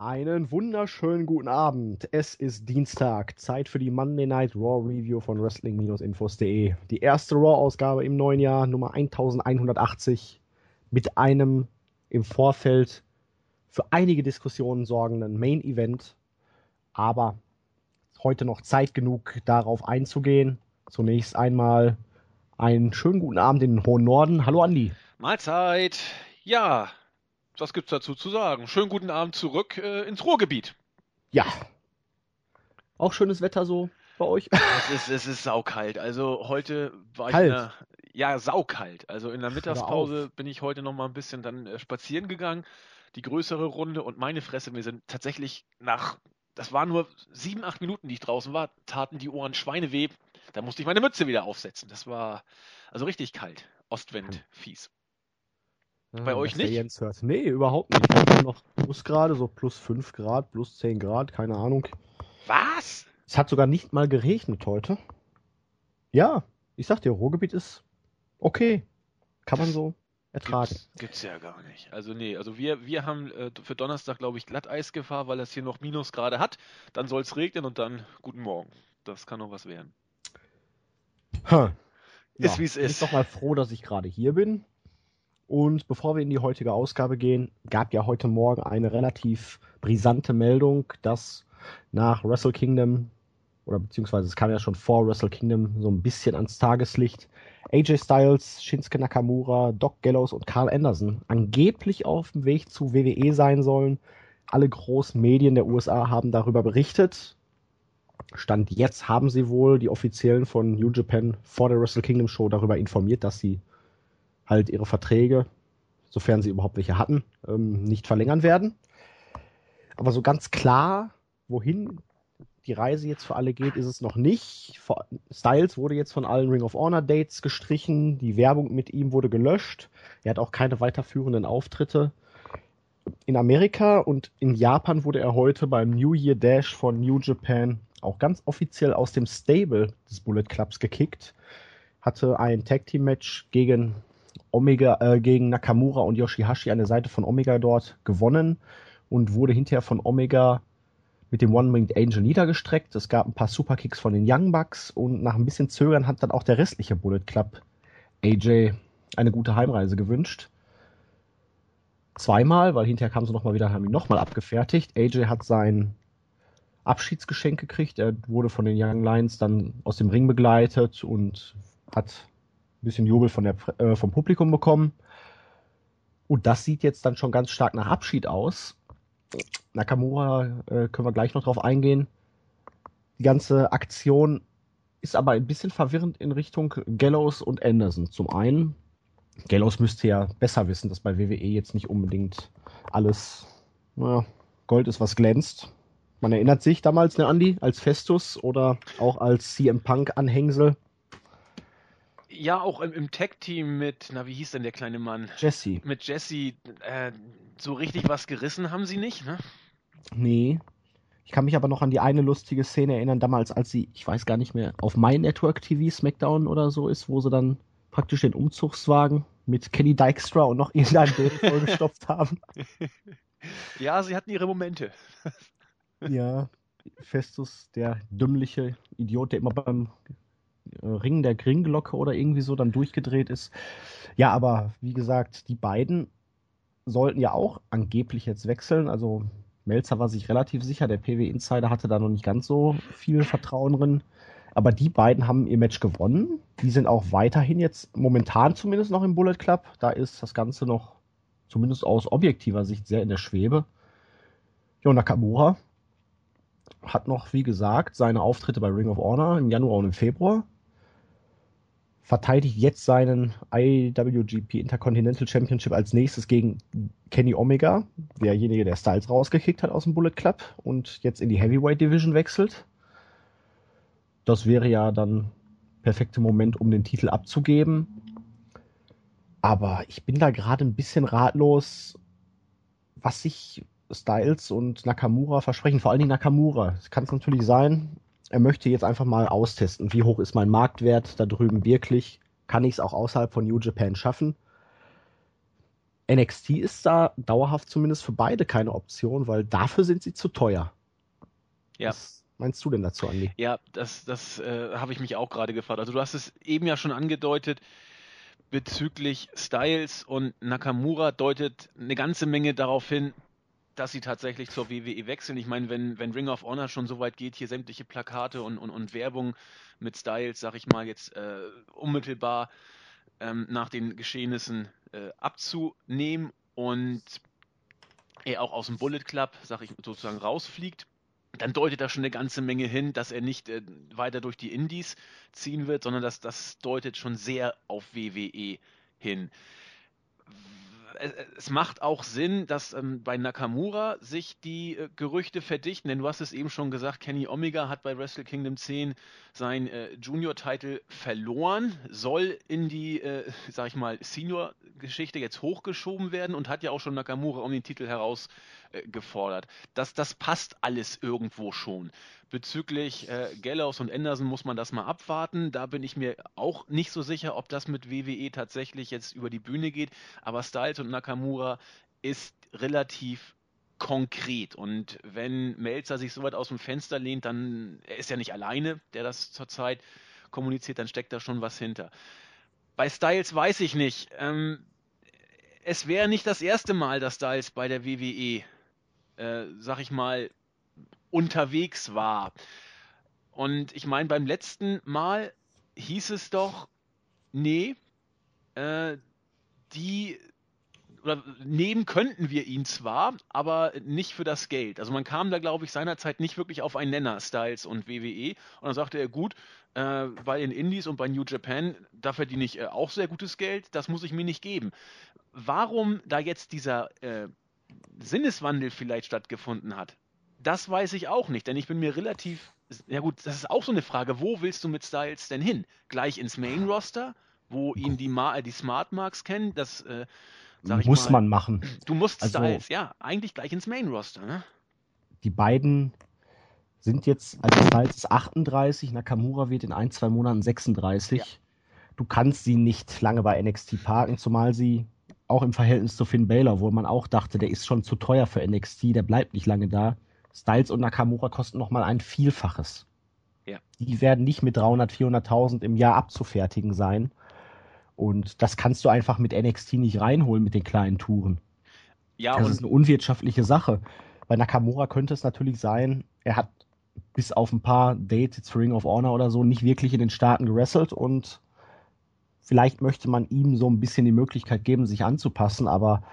Einen wunderschönen guten Abend. Es ist Dienstag, Zeit für die Monday Night Raw Review von Wrestling-Infos.de. Die erste Raw-Ausgabe im neuen Jahr, Nummer 1180, mit einem im Vorfeld für einige Diskussionen sorgenden Main Event. Aber heute noch Zeit genug, darauf einzugehen. Zunächst einmal einen schönen guten Abend in den hohen Norden. Hallo Andi. Mahlzeit. Ja, was gibt's dazu zu sagen? Schönen guten Abend zurück ins Ruhrgebiet. Ja, auch schönes Wetter so bei euch. Es ist saukalt. Also heute war ich Kalt. ja, saukalt. Also in der Hör auf. Mittagspause bin ich heute noch mal ein bisschen dann spazieren gegangen, die größere Runde und meine Fresse, mir sind tatsächlich das waren nur 7, 8 Minuten, die ich draußen war, taten die Ohren schweineweh. Da musste ich meine Mütze wieder aufsetzen. Das war also richtig kalt. Ostwind, fies. Bei euch Dass der nicht? Jens hört. Nee, überhaupt nicht. Wir haben noch Plusgrade, so plus 5 Grad, plus 10 Grad, keine Ahnung. Was? Es hat sogar nicht mal geregnet heute. Ja, ich sag dir, Ruhrgebiet ist okay. Kann man Das so ertragen. gibt's ja gar nicht. Also nee, also wir haben für Donnerstag, glaube ich, Glatteisgefahr, weil es hier noch Minusgrade hat. Dann soll es regnen und dann guten Morgen. Das kann noch was werden. Hm. Ist Ja, wie es bin ich ist. doch mal froh, dass ich gerade hier bin. Und bevor wir in die heutige Ausgabe gehen, gab ja heute Morgen eine relativ brisante Meldung, dass nach Wrestle Kingdom, oder beziehungsweise es kam ja schon vor Wrestle Kingdom so ein bisschen ans Tageslicht, AJ Styles, Shinsuke Nakamura, Doc Gallows und Carl Anderson angeblich auf dem Weg zu WWE sein sollen. Alle großen Medien der USA haben darüber berichtet. Stand jetzt haben sie wohl die Offiziellen von New Japan vor der Wrestle Kingdom Show darüber informiert, dass sie halt ihre Verträge, sofern sie überhaupt welche hatten, nicht verlängern werden. Aber so ganz klar, wohin die Reise jetzt für alle geht, ist es noch nicht. Styles wurde jetzt von allen Ring of Honor Dates gestrichen, die Werbung mit ihm wurde gelöscht. Er hat auch keine weiterführenden Auftritte. In Amerika und in Japan wurde er heute beim New Year Dash von New Japan auch ganz offiziell aus dem Stable des Bullet Clubs gekickt. Hatte ein Tag Team Match gegen gegen Nakamura und Yoshihashi an der Seite von Omega dort gewonnen und wurde hinterher von Omega mit dem One-Winged Angel niedergestreckt. Es gab ein paar Superkicks von den Young Bucks und nach ein bisschen Zögern hat dann auch der restliche Bullet Club AJ eine gute Heimreise gewünscht. Zweimal, weil hinterher kam sie nochmal wieder, haben ihn nochmal abgefertigt. AJ hat sein Abschiedsgeschenk gekriegt. Er wurde von den Young Lions dann aus dem Ring begleitet und hat ein bisschen Jubel vom Publikum bekommen. Und das sieht jetzt dann schon ganz stark nach Abschied aus. Nakamura können wir gleich noch drauf eingehen. Die ganze Aktion ist aber ein bisschen verwirrend in Richtung Gallows und Anderson. Zum einen, Gallows müsste ja besser wissen, dass bei WWE jetzt nicht unbedingt alles Gold ist, was glänzt. Man erinnert sich damals, ne Andi, als Festus oder auch als CM Punk-Anhängsel. Ja, auch im Tag-Team mit, na, wie hieß denn der kleine Mann? Jesse. Mit Jesse, so richtig was gerissen haben sie nicht, ne? Nee. Ich kann mich aber noch an die eine lustige Szene erinnern, damals, als sie, ich weiß gar nicht mehr, auf My Network TV SmackDown oder so ist, wo sie dann praktisch den Umzugswagen mit Kenny Dykstra und noch irgendeinem Bild vollgestopft haben. Ja, sie hatten ihre Momente. Ja, Festus, der dümmliche Idiot, der immer beim Ringen der Ringglocke oder irgendwie so dann durchgedreht ist. Ja, aber wie gesagt, die beiden sollten ja auch angeblich jetzt wechseln. Also Melzer war sich relativ sicher, der PW Insider hatte da noch nicht ganz so viel Vertrauen drin. Aber die beiden haben ihr Match gewonnen. Die sind auch weiterhin jetzt momentan zumindest noch im Bullet Club. Da ist das Ganze noch zumindest aus objektiver Sicht sehr in der Schwebe. Jo, Nakamura hat noch, wie gesagt, seine Auftritte bei Ring of Honor im Januar und im Februar. Verteidigt jetzt seinen IWGP Intercontinental Championship als nächstes gegen Kenny Omega, derjenige, der Styles rausgekickt hat aus dem Bullet Club und jetzt in die Heavyweight Division wechselt. Das wäre ja dann perfekter Moment, um den Titel abzugeben. Aber ich bin da gerade ein bisschen ratlos, was sich Styles und Nakamura versprechen. Vor allen Dingen Nakamura. Es kann es natürlich sein, er möchte jetzt einfach mal austesten, wie hoch ist mein Marktwert da drüben wirklich. Kann ich es auch außerhalb von New Japan schaffen? NXT ist da dauerhaft zumindest für beide keine Option, weil dafür sind sie zu teuer. Ja. Was meinst du denn dazu, Andi? Ja, das habe ich mich auch gerade gefragt. Also du hast es eben ja schon angedeutet, bezüglich Styles und Nakamura deutet eine ganze Menge darauf hin, dass sie tatsächlich zur WWE wechseln. Ich meine, wenn Ring of Honor schon so weit geht, hier sämtliche Plakate und Werbung mit Styles, sag ich mal, jetzt unmittelbar nach den Geschehnissen abzunehmen und er auch aus dem Bullet Club, sag ich sozusagen, rausfliegt, dann deutet da schon eine ganze Menge hin, dass er nicht weiter durch die Indies ziehen wird, sondern das deutet schon sehr auf WWE hin. Es macht auch Sinn, dass bei Nakamura sich die Gerüchte verdichten, denn du hast es eben schon gesagt, Kenny Omega hat bei Wrestle Kingdom 10 sein Junior-Title verloren, soll in die, sag ich mal, Senior-Geschichte jetzt hochgeschoben werden und hat ja auch schon Nakamura um den Titel herausgefordert. Das passt alles irgendwo schon. Bezüglich Gallows und Anderson muss man das mal abwarten. Da bin ich mir auch nicht so sicher, ob das mit WWE tatsächlich jetzt über die Bühne geht. Aber Styles und Nakamura ist relativ konkret. Und wenn Meltzer sich so weit aus dem Fenster lehnt, dann er ist ja nicht alleine, der das zurzeit kommuniziert, dann steckt da schon was hinter. Bei Styles weiß ich nicht. Es wäre nicht das erste Mal, dass Styles bei der WWE, sag ich mal, unterwegs war. Und ich meine, beim letzten Mal hieß es doch, nee, die oder nehmen könnten wir ihn zwar, aber nicht für das Geld. Also man kam da, glaube ich, seinerzeit nicht wirklich auf einen Nenner, Styles und WWE. Und dann sagte er, gut, bei den Indies und bei New Japan, da verdiene ich auch sehr gutes Geld, das muss ich mir nicht geben. Warum da jetzt dieser Sinneswandel vielleicht stattgefunden hat, das weiß ich auch nicht, denn ich bin mir relativ, ja gut, das ist auch so eine Frage, wo willst du mit Styles denn hin? Gleich ins Main Roster, wo ihn die Smart Marks kennen, das, sag ich Muss mal, man machen. du musst Also Styles, ja, eigentlich gleich ins Main Roster, ne? die beiden sind jetzt, also Styles ist 38, Nakamura wird in 1, 2 Monaten Ja. 36. Du kannst sie nicht lange bei NXT parken, zumal sie auch im Verhältnis zu Finn Balor, wo man auch dachte, der ist schon zu teuer für NXT, der bleibt nicht lange da. Styles und Nakamura kosten nochmal ein Vielfaches. Ja. Die werden nicht mit 300, 400.000 im Jahr abzufertigen sein. Und das kannst du einfach mit NXT nicht reinholen mit den kleinen Touren. Ja, Das und ist eine unwirtschaftliche Sache. Bei Nakamura könnte es natürlich sein, er hat bis auf ein paar Dates zu Ring of Honor oder so nicht wirklich in den Staaten gewrestelt und vielleicht möchte man ihm so ein bisschen die Möglichkeit geben, sich anzupassen, aber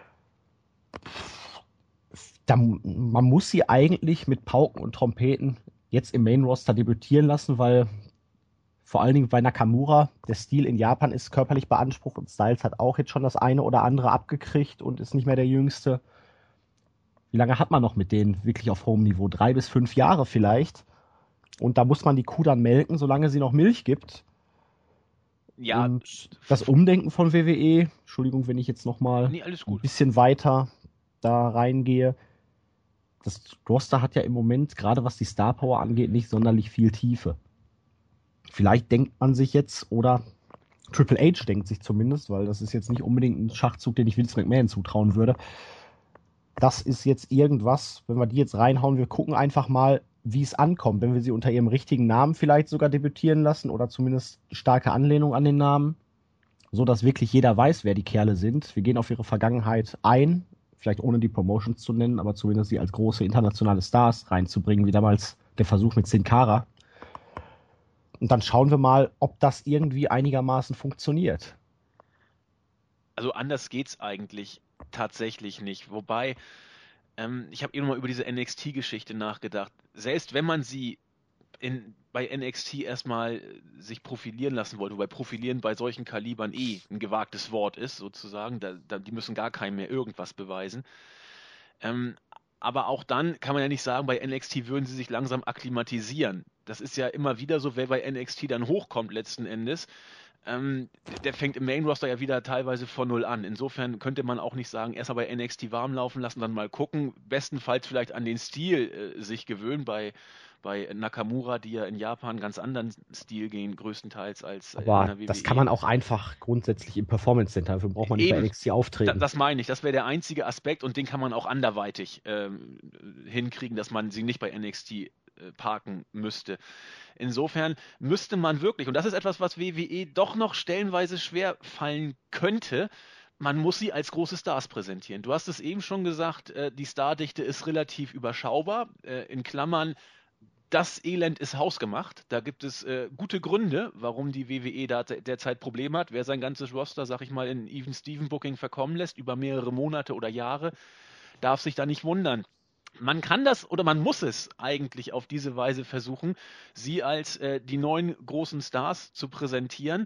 man muss sie eigentlich mit Pauken und Trompeten jetzt im Main Roster debütieren lassen, weil vor allen Dingen bei Nakamura der Stil in Japan ist körperlich beansprucht und Styles hat auch jetzt schon das eine oder andere abgekriegt und ist nicht mehr der Jüngste. Wie lange hat man noch mit denen wirklich auf hohem Niveau? 3 bis 5 Jahre vielleicht. Und da muss man die Kuh dann melken, solange sie noch Milch gibt. ja, Und das Umdenken von WWE, Entschuldigung, wenn ich jetzt nochmal nee, alles ein gut. bisschen weiter da reingehe. Das Roster hat ja im Moment, gerade was die Star Power angeht, nicht sonderlich viel Tiefe. Vielleicht denkt man sich jetzt, oder Triple H denkt sich zumindest, weil das ist jetzt nicht unbedingt ein Schachzug, den ich Vince McMahon zutrauen würde. Das ist jetzt irgendwas, wenn wir die jetzt reinhauen, wir gucken einfach mal, wie es ankommt, wenn wir sie unter ihrem richtigen Namen vielleicht sogar debütieren lassen oder zumindest starke Anlehnung an den Namen, so dass wirklich jeder weiß, wer die Kerle sind. Wir gehen auf ihre Vergangenheit ein, vielleicht ohne die Promotions zu nennen, aber zumindest sie als große internationale Stars reinzubringen, wie damals der Versuch mit Sin Cara. Und dann schauen wir mal, ob das irgendwie einigermaßen funktioniert. Also anders geht's eigentlich tatsächlich nicht. Wobei, ich habe eben mal über diese NXT-Geschichte nachgedacht. Selbst wenn man sie bei NXT erstmal sich profilieren lassen wollte, wobei profilieren bei solchen Kalibern ein gewagtes Wort ist, sozusagen. Die müssen gar keinem mehr irgendwas beweisen. Ähm, aber auch dann kann man ja nicht sagen, bei NXT würden sie sich langsam akklimatisieren. Das ist ja immer wieder so, wer bei NXT dann hochkommt letzten Endes, der fängt im Main-Roster ja wieder teilweise von Null an. Insofern könnte man auch nicht sagen, erst mal bei NXT warm laufen lassen, dann mal gucken. Bestenfalls vielleicht an den Stil sich gewöhnen bei Nakamura, die ja in Japan einen ganz anderen Stil gehen, größtenteils als in Aber der WWE. das kann man auch einfach grundsätzlich im Performance Center, dafür braucht man nicht bei NXT auftreten. Das meine ich, das wäre der einzige Aspekt und den kann man auch anderweitig hinkriegen, dass man sie nicht bei NXT parken müsste. Insofern müsste man wirklich, und das ist etwas, was WWE doch noch stellenweise schwer fallen könnte, man muss sie als große Stars präsentieren. Du hast es eben schon gesagt, die Stardichte ist relativ überschaubar. In Klammern, das Elend ist hausgemacht. Da gibt es gute Gründe, warum die WWE da derzeit Probleme hat. Wer sein ganzes Roster, sag ich mal, in Even-Steven-Booking verkommen lässt, über mehrere Monate oder Jahre, darf sich da nicht wundern. Man kann das oder man muss es eigentlich auf diese Weise versuchen, sie als die neuen großen Stars zu präsentieren.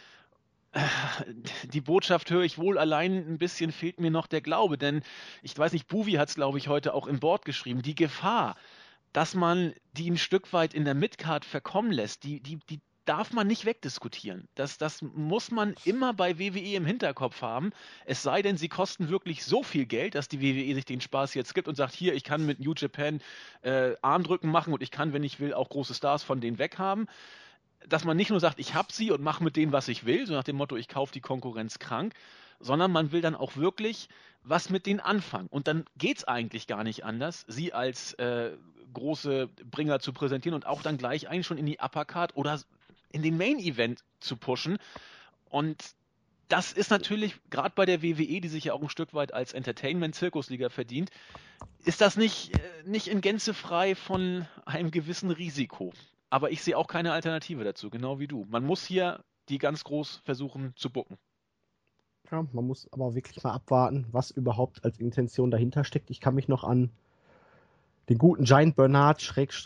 Die Botschaft höre ich wohl, allein ein bisschen fehlt mir noch der Glaube, denn ich weiß nicht, Buvi hat es, glaube ich, heute auch im Board geschrieben, die Gefahr, dass man die ein Stück weit in der Midcard verkommen lässt, die darf man nicht wegdiskutieren. Das muss man immer bei WWE im Hinterkopf haben. Es sei denn, sie kosten wirklich so viel Geld, dass die WWE sich den Spaß jetzt gibt und sagt, hier, ich kann mit New Japan Armdrücken machen und ich kann, wenn ich will, auch große Stars von denen weghaben. Dass man nicht nur sagt, ich hab sie und mache mit denen, was ich will, so nach dem Motto, ich kaufe die Konkurrenz krank, sondern man will dann auch wirklich was mit denen anfangen. Und dann geht es eigentlich gar nicht anders, sie als große Bringer zu präsentieren und auch dann gleich einen schon in die Uppercard oder in den Main Event zu pushen. Und das ist natürlich, gerade bei der WWE, die sich ja auch ein Stück weit als Entertainment-Zirkusliga verdient, ist das nicht in Gänze frei von einem gewissen Risiko. Aber ich sehe auch keine Alternative dazu, genau wie du. Man muss hier die ganz groß versuchen zu booken. Ja, man muss aber wirklich mal abwarten, was überhaupt als Intention dahinter steckt. Ich kann mich noch an den guten Giant Bernard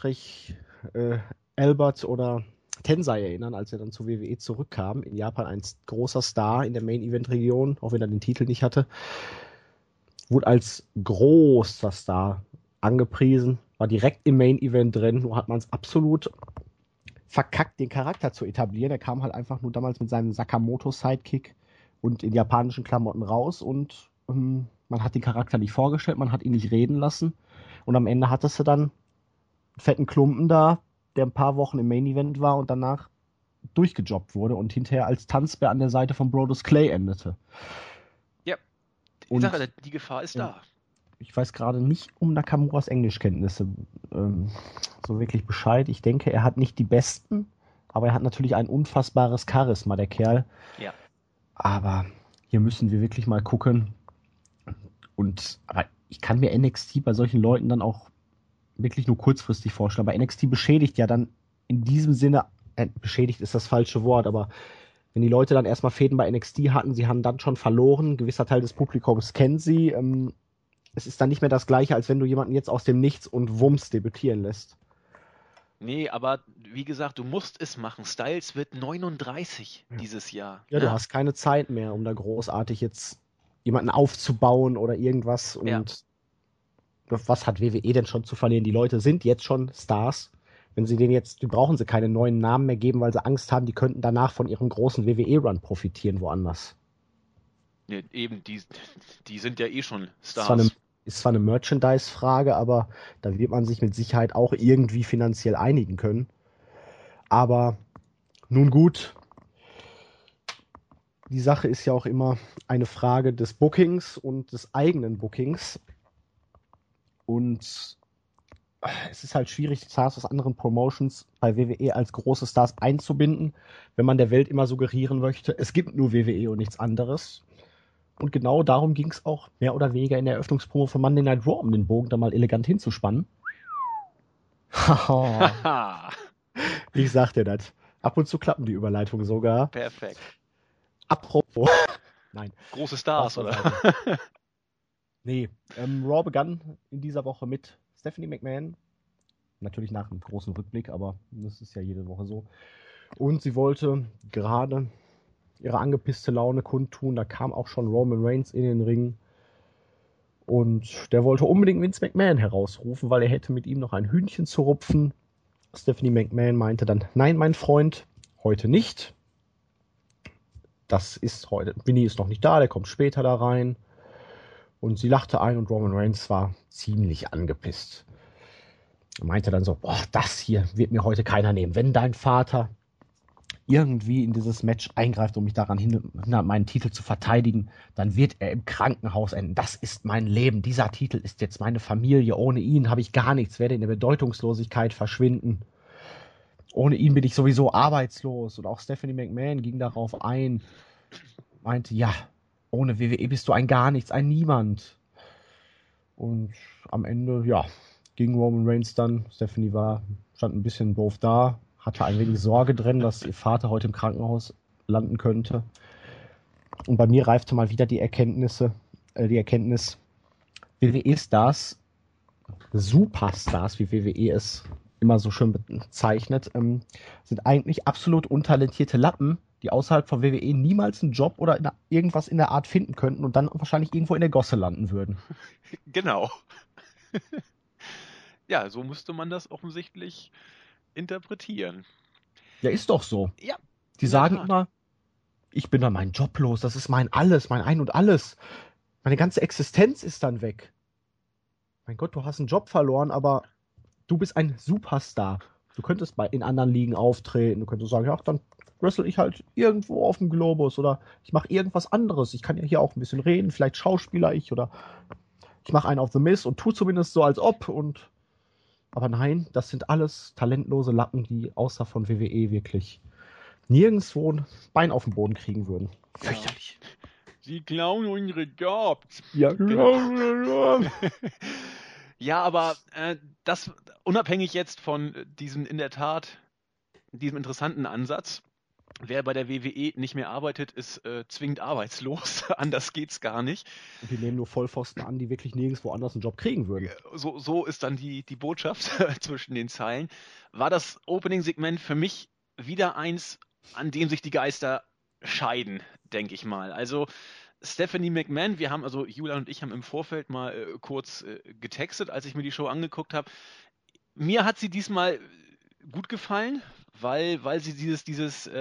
Albert oder Tensai erinnern, als er dann zur WWE zurückkam. In Japan ein großer Star in der Main-Event-Region, auch wenn er den Titel nicht hatte. Wurde als großer Star angepriesen, war direkt im Main-Event drin. Nur hat man es absolut verkackt, den Charakter zu etablieren. Er kam halt einfach nur damals mit seinem Sakamoto-Sidekick und in japanischen Klamotten raus und man hat den Charakter nicht vorgestellt, man hat ihn nicht reden lassen und am Ende hattest du dann einen fetten Klumpen da, der ein paar Wochen im Main Event war und danach durchgejobbt wurde und hinterher als Tanzbär an der Seite von Brodus Clay endete. Ja, und Sache, die Gefahr ist da. Ich weiß gerade nicht um Nakamuras Englischkenntnisse so wirklich Bescheid. Ich denke, er hat nicht die besten, aber er hat natürlich ein unfassbares Charisma, der Kerl. Ja. Aber hier müssen wir wirklich mal gucken. Und ich kann mir NXT bei solchen Leuten dann auch wirklich nur kurzfristig vorstellen. Aber NXT beschädigt ja dann in diesem Sinne, beschädigt ist das falsche Wort, aber wenn die Leute dann erstmal Fäden bei NXT hatten, sie haben dann schon verloren, ein gewisser Teil des Publikums kennt sie. Es ist dann nicht mehr das Gleiche, als wenn du jemanden jetzt aus dem Nichts und Wumms debütieren lässt. Nee, aber wie gesagt, du musst es machen. Styles wird 39 dieses Jahr. Ja, du hast keine Zeit mehr, um da großartig jetzt jemanden aufzubauen oder irgendwas. Und was hat WWE denn schon zu verlieren? Die Leute sind jetzt schon Stars. Wenn sie denen jetzt, brauchen sie keine neuen Namen mehr geben, weil sie Angst haben, die könnten danach von ihrem großen WWE-Run profitieren woanders. Nee, eben, die sind ja eh schon Stars. Ist zwar eine Merchandise-Frage, aber da wird man sich mit Sicherheit auch irgendwie finanziell einigen können. Aber nun gut, die Sache ist ja auch immer eine Frage des Bookings und des eigenen Bookings. Und es ist halt schwierig, die Stars aus anderen Promotions bei WWE als große Stars einzubinden, wenn man der Welt immer suggerieren möchte, es gibt nur WWE und nichts anderes. Und genau darum ging es auch mehr oder weniger in der Eröffnungspromo von Monday Night Raw, um den Bogen da mal elegant hinzuspannen. Ich sag dir das. Ab und zu klappen die Überleitungen sogar. Perfekt. Apropos. Nein. Große Stars, oder? Nee. Raw begann in dieser Woche mit Stephanie McMahon. Natürlich nach einem großen Rückblick, aber das ist ja jede Woche so. Und sie wollte gerade ihre angepisste Laune kundtun. Da kam auch schon Roman Reigns in den Ring. Und der wollte unbedingt Vince McMahon herausrufen, weil er hätte mit ihm noch ein Hühnchen zu rupfen. Stephanie McMahon meinte dann, nein, mein Freund, heute nicht. das ist heute, Vinny ist noch nicht da, der kommt später da rein. Und sie lachte ein und Roman Reigns war ziemlich angepisst. Er meinte dann so, boah, das hier wird mir heute keiner nehmen. Wenn dein Vater irgendwie in dieses Match eingreift und mich daran hindert, meinen Titel zu verteidigen, dann wird er im Krankenhaus enden. Das ist mein Leben. Dieser Titel ist jetzt meine Familie. Ohne ihn habe ich gar nichts, werde in der Bedeutungslosigkeit verschwinden. Ohne ihn bin ich sowieso arbeitslos. Und auch Stephanie McMahon ging darauf ein, meinte, ja, ohne WWE bist du ein gar nichts, ein Niemand. Und am Ende, ja, ging Roman Reigns dann. Stephanie stand ein bisschen doof da, hatte ein wenig Sorge drin, dass ihr Vater heute im Krankenhaus landen könnte. Und bei mir reifte mal wieder die Erkenntnis, WWE-Stars, Superstars, wie WWE es immer so schön bezeichnet, sind eigentlich absolut untalentierte Lappen, die außerhalb von WWE niemals einen Job oder irgendwas in der Art finden könnten und dann wahrscheinlich irgendwo in der Gosse landen würden. Genau. Ja, so müsste man das offensichtlich interpretieren. Ja, ist doch so. Ja, Die sagen immer, ich bin dann mein Job los, das ist mein Alles, mein Ein und Alles. Meine ganze Existenz ist dann weg. Mein Gott, du hast einen Job verloren, aber du bist ein Superstar. Du könntest in anderen Ligen auftreten, du könntest sagen, ja, dann wrestle ich halt irgendwo auf dem Globus oder ich mache irgendwas anderes. Ich kann ja hier auch ein bisschen reden, vielleicht schauspieler ich oder ich mache einen auf The Miz und tu zumindest so als ob aber nein, das sind alles talentlose Lappen, die außer von WWE wirklich nirgendwo ein Bein auf den Boden kriegen würden. Fürchterlich. Sie klauen unsere Jobs. Ja, genau. Ja, aber das unabhängig jetzt von diesem interessanten Ansatz. Wer bei der WWE nicht mehr arbeitet, ist zwingend arbeitslos. Anders geht's gar nicht. Und die nehmen nur Vollpfosten an, die wirklich nirgendwo anders einen Job kriegen würden. So ist dann die Botschaft zwischen den Zeilen. War das Opening-Segment für mich wieder eins, an dem sich die Geister scheiden, denke ich mal. Also Stephanie McMahon, Julian und ich haben im Vorfeld mal kurz getextet, als ich mir die Show angeguckt habe. Mir hat sie diesmal gut gefallen, weil sie dieses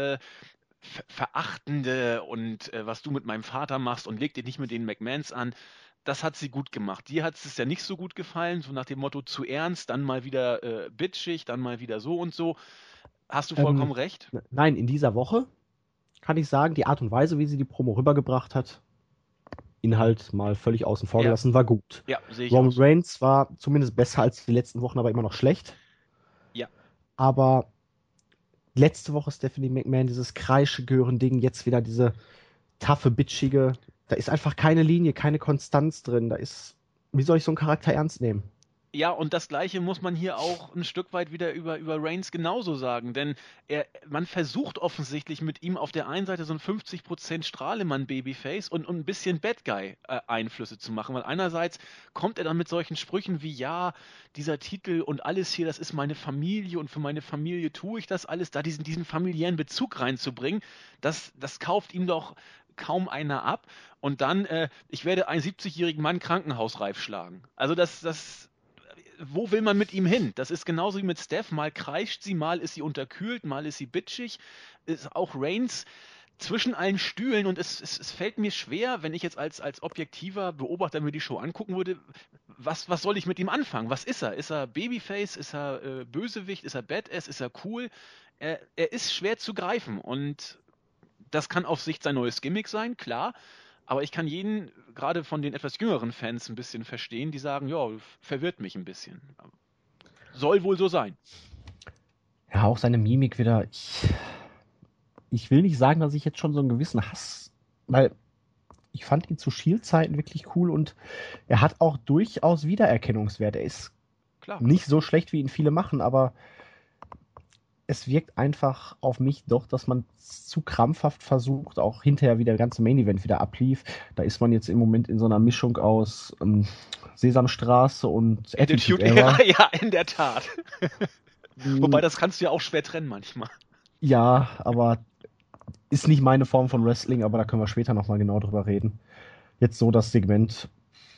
Verachtende und was du mit meinem Vater machst und leg dich nicht mit den McMahons an, das hat sie gut gemacht. Dir hat es ja nicht so gut gefallen, so nach dem Motto zu ernst, dann mal wieder bitchig, dann mal wieder so und so. Hast du vollkommen recht? Nein, in dieser Woche kann ich sagen, die Art und Weise, wie sie die Promo rübergebracht hat, Inhalt mal völlig außen vor gelassen, war gut. Ja, sehe ich Roman auch. Reigns war zumindest besser als die letzten Wochen, aber immer noch schlecht. Ja. Aber letzte Woche Stephanie McMahon, dieses Kreischegören-Ding, jetzt wieder diese taffe, bitchige, da ist einfach keine Linie, keine Konstanz drin. Wie soll ich so einen Charakter ernst nehmen? Ja, und das Gleiche muss man hier auch ein Stück weit wieder über Reigns genauso sagen, denn man versucht offensichtlich mit ihm auf der einen Seite so ein 50% Strahlemann-Babyface und ein bisschen Bad Guy-Einflüsse zu machen, weil einerseits kommt er dann mit solchen Sprüchen wie, ja, dieser Titel und alles hier, das ist meine Familie und für meine Familie tue ich das alles, da diesen familiären Bezug reinzubringen, das kauft ihm doch kaum einer ab und dann, ich werde einen 70-jährigen Mann krankenhausreif schlagen. Also wo will man mit ihm hin? Das ist genauso wie mit Steph. Mal kreischt sie, mal ist sie unterkühlt, mal ist sie bitchig. Ist auch Reigns zwischen allen Stühlen und es fällt mir schwer, wenn ich jetzt als objektiver Beobachter mir die Show angucken würde, was soll ich mit ihm anfangen? Was ist er? Ist er Babyface? Ist er Bösewicht? Ist er Badass? Ist er cool? Er ist schwer zu greifen und das kann auf Sicht sein neues Gimmick sein, klar. Aber ich kann jeden, gerade von den etwas jüngeren Fans, ein bisschen verstehen, die sagen, ja, verwirrt mich ein bisschen. Soll wohl so sein. Ja, auch seine Mimik wieder. Ich will nicht sagen, dass ich jetzt schon so einen gewissen Hass, weil ich fand ihn zu Shield-Zeiten wirklich cool und er hat auch durchaus Wiedererkennungswert. Er ist nicht so schlecht, wie ihn viele machen, aber es wirkt einfach auf mich doch, dass man zu krampfhaft versucht, auch hinterher wie der ganze Main Event wieder ablief. Da ist man jetzt im Moment in so einer Mischung aus Sesamstraße und Attitude Era. Ja, in der Tat. Wobei, das kannst du ja auch schwer trennen manchmal. Ja, aber ist nicht meine Form von Wrestling, aber da können wir später nochmal genau drüber reden. Jetzt so das Segment.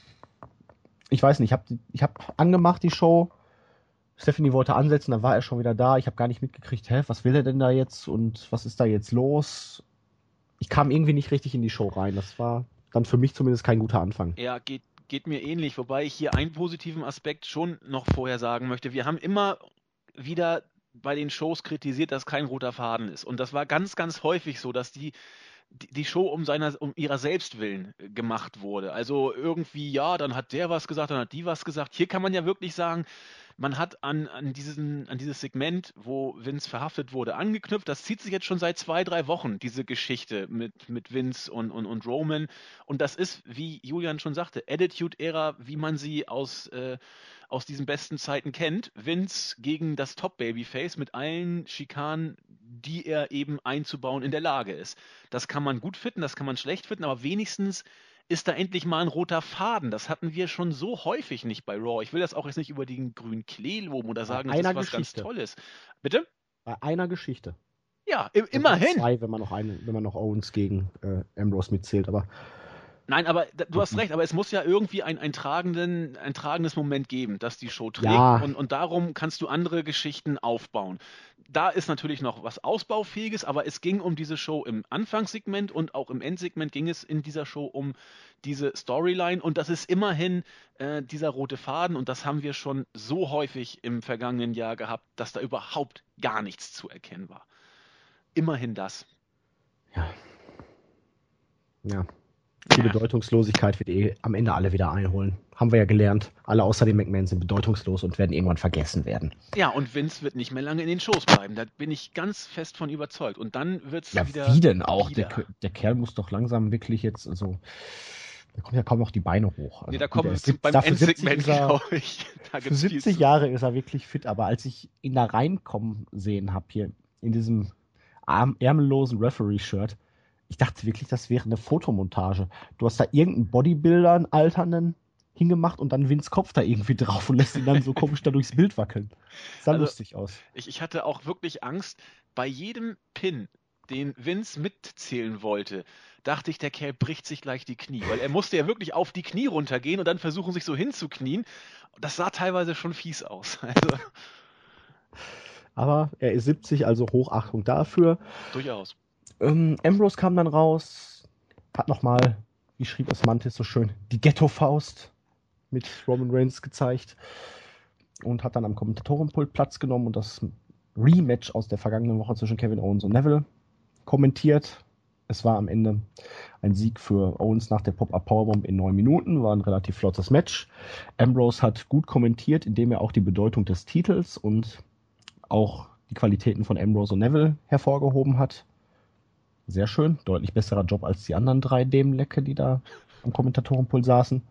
Ich weiß nicht, ich hab angemacht die Show. Stephanie wollte ansetzen, dann war er schon wieder da. Ich habe gar nicht mitgekriegt, was will er denn da jetzt und was ist da jetzt los? ich kam irgendwie nicht richtig in die Show rein. Das war dann für mich zumindest kein guter Anfang. Ja, geht mir ähnlich, wobei ich hier einen positiven Aspekt schon noch vorher sagen möchte. Wir haben immer wieder bei den Shows kritisiert, dass kein roter Faden ist. Und das war ganz, ganz häufig so, dass die Show um ihrer selbst willen gemacht wurde. Also irgendwie, ja, dann hat der was gesagt, dann hat die was gesagt. Hier kann man ja wirklich sagen, man hat an dieses Segment, wo Vince verhaftet wurde, angeknüpft. Das zieht sich jetzt schon seit 2, 3 Wochen, diese Geschichte mit Vince und Roman. Und das ist, wie Julian schon sagte, Attitude-Ära, wie man sie aus diesen besten Zeiten kennt. Vince gegen das Top-Babyface mit allen Schikanen, die er eben einzubauen in der Lage ist. Das kann man gut finden, das kann man schlecht finden, aber wenigstens ist da endlich mal ein roter Faden. Das hatten wir schon so häufig nicht bei Raw. Ich will das auch jetzt nicht über den grünen Klee loben oder sagen, Bei das ist einer was ganz Geschichte. Tolles. Bitte? Bei einer Geschichte. Ja, Also immerhin. 2, wenn man noch Owens gegen Ambrose mitzählt, aber Nein, aber du hast recht, aber es muss ja irgendwie ein tragendes Moment geben, das die Show trägt, ja, und darum kannst du andere Geschichten aufbauen. Da ist natürlich noch was Ausbaufähiges, aber es ging um diese Show im Anfangssegment und auch im Endsegment ging es in dieser Show um diese Storyline, und das ist immerhin dieser rote Faden, und das haben wir schon so häufig im vergangenen Jahr gehabt, dass da überhaupt gar nichts zu erkennen war. Immerhin das. ja, ja. Die Bedeutungslosigkeit wird am Ende alle wieder einholen. Haben wir ja gelernt. Alle außer den McMahon sind bedeutungslos und werden irgendwann vergessen werden. Ja, und Vince wird nicht mehr lange in den Shows bleiben. Da bin ich ganz fest von überzeugt. Und dann wird es Ja, wieder. wie denn auch? Wieder. Der Kerl muss doch langsam wirklich jetzt, also, da kommen ja kaum noch die Beine hoch. Also, Nee, da kommen gut, wir beim Endsegment, glaube ich. Da für gibt's 70 Jahre ist er wirklich fit, aber als ich ihn da reinkommen sehen habe, hier in diesem ärmellosen Referee-Shirt, ich dachte wirklich, das wäre eine Fotomontage. Du hast da irgendeinen Bodybuilder, einen Alternden, hingemacht und dann Vince Kopf da irgendwie drauf und lässt ihn dann so komisch da durchs Bild wackeln. Sah Also, lustig aus. Ich hatte auch wirklich Angst, bei jedem Pin, den Vince mitzählen wollte, dachte ich, der Kerl bricht sich gleich die Knie, weil er musste ja wirklich auf die Knie runtergehen und dann versuchen, sich so hinzuknien. Das sah teilweise schon fies aus. Also, Aber er ist 70, also Hochachtung dafür. durchaus. Ambrose kam dann raus, hat nochmal, wie schrieb es Mantis so schön, die Ghetto-Faust mit Roman Reigns gezeigt und hat dann am Kommentatorenpult Platz genommen und das Rematch aus der vergangenen Woche zwischen Kevin Owens und Neville kommentiert. Es war am Ende ein Sieg für Owens nach der Pop-Up Powerbomb in 9 Minuten, war ein relativ flottes Match. Ambrose hat gut kommentiert, indem er auch die Bedeutung des Titels und auch die Qualitäten von Ambrose und Neville hervorgehoben hat. Sehr schön, deutlich besserer Job als die anderen 3 Dämlecke, die da am Kommentatorenpult saßen.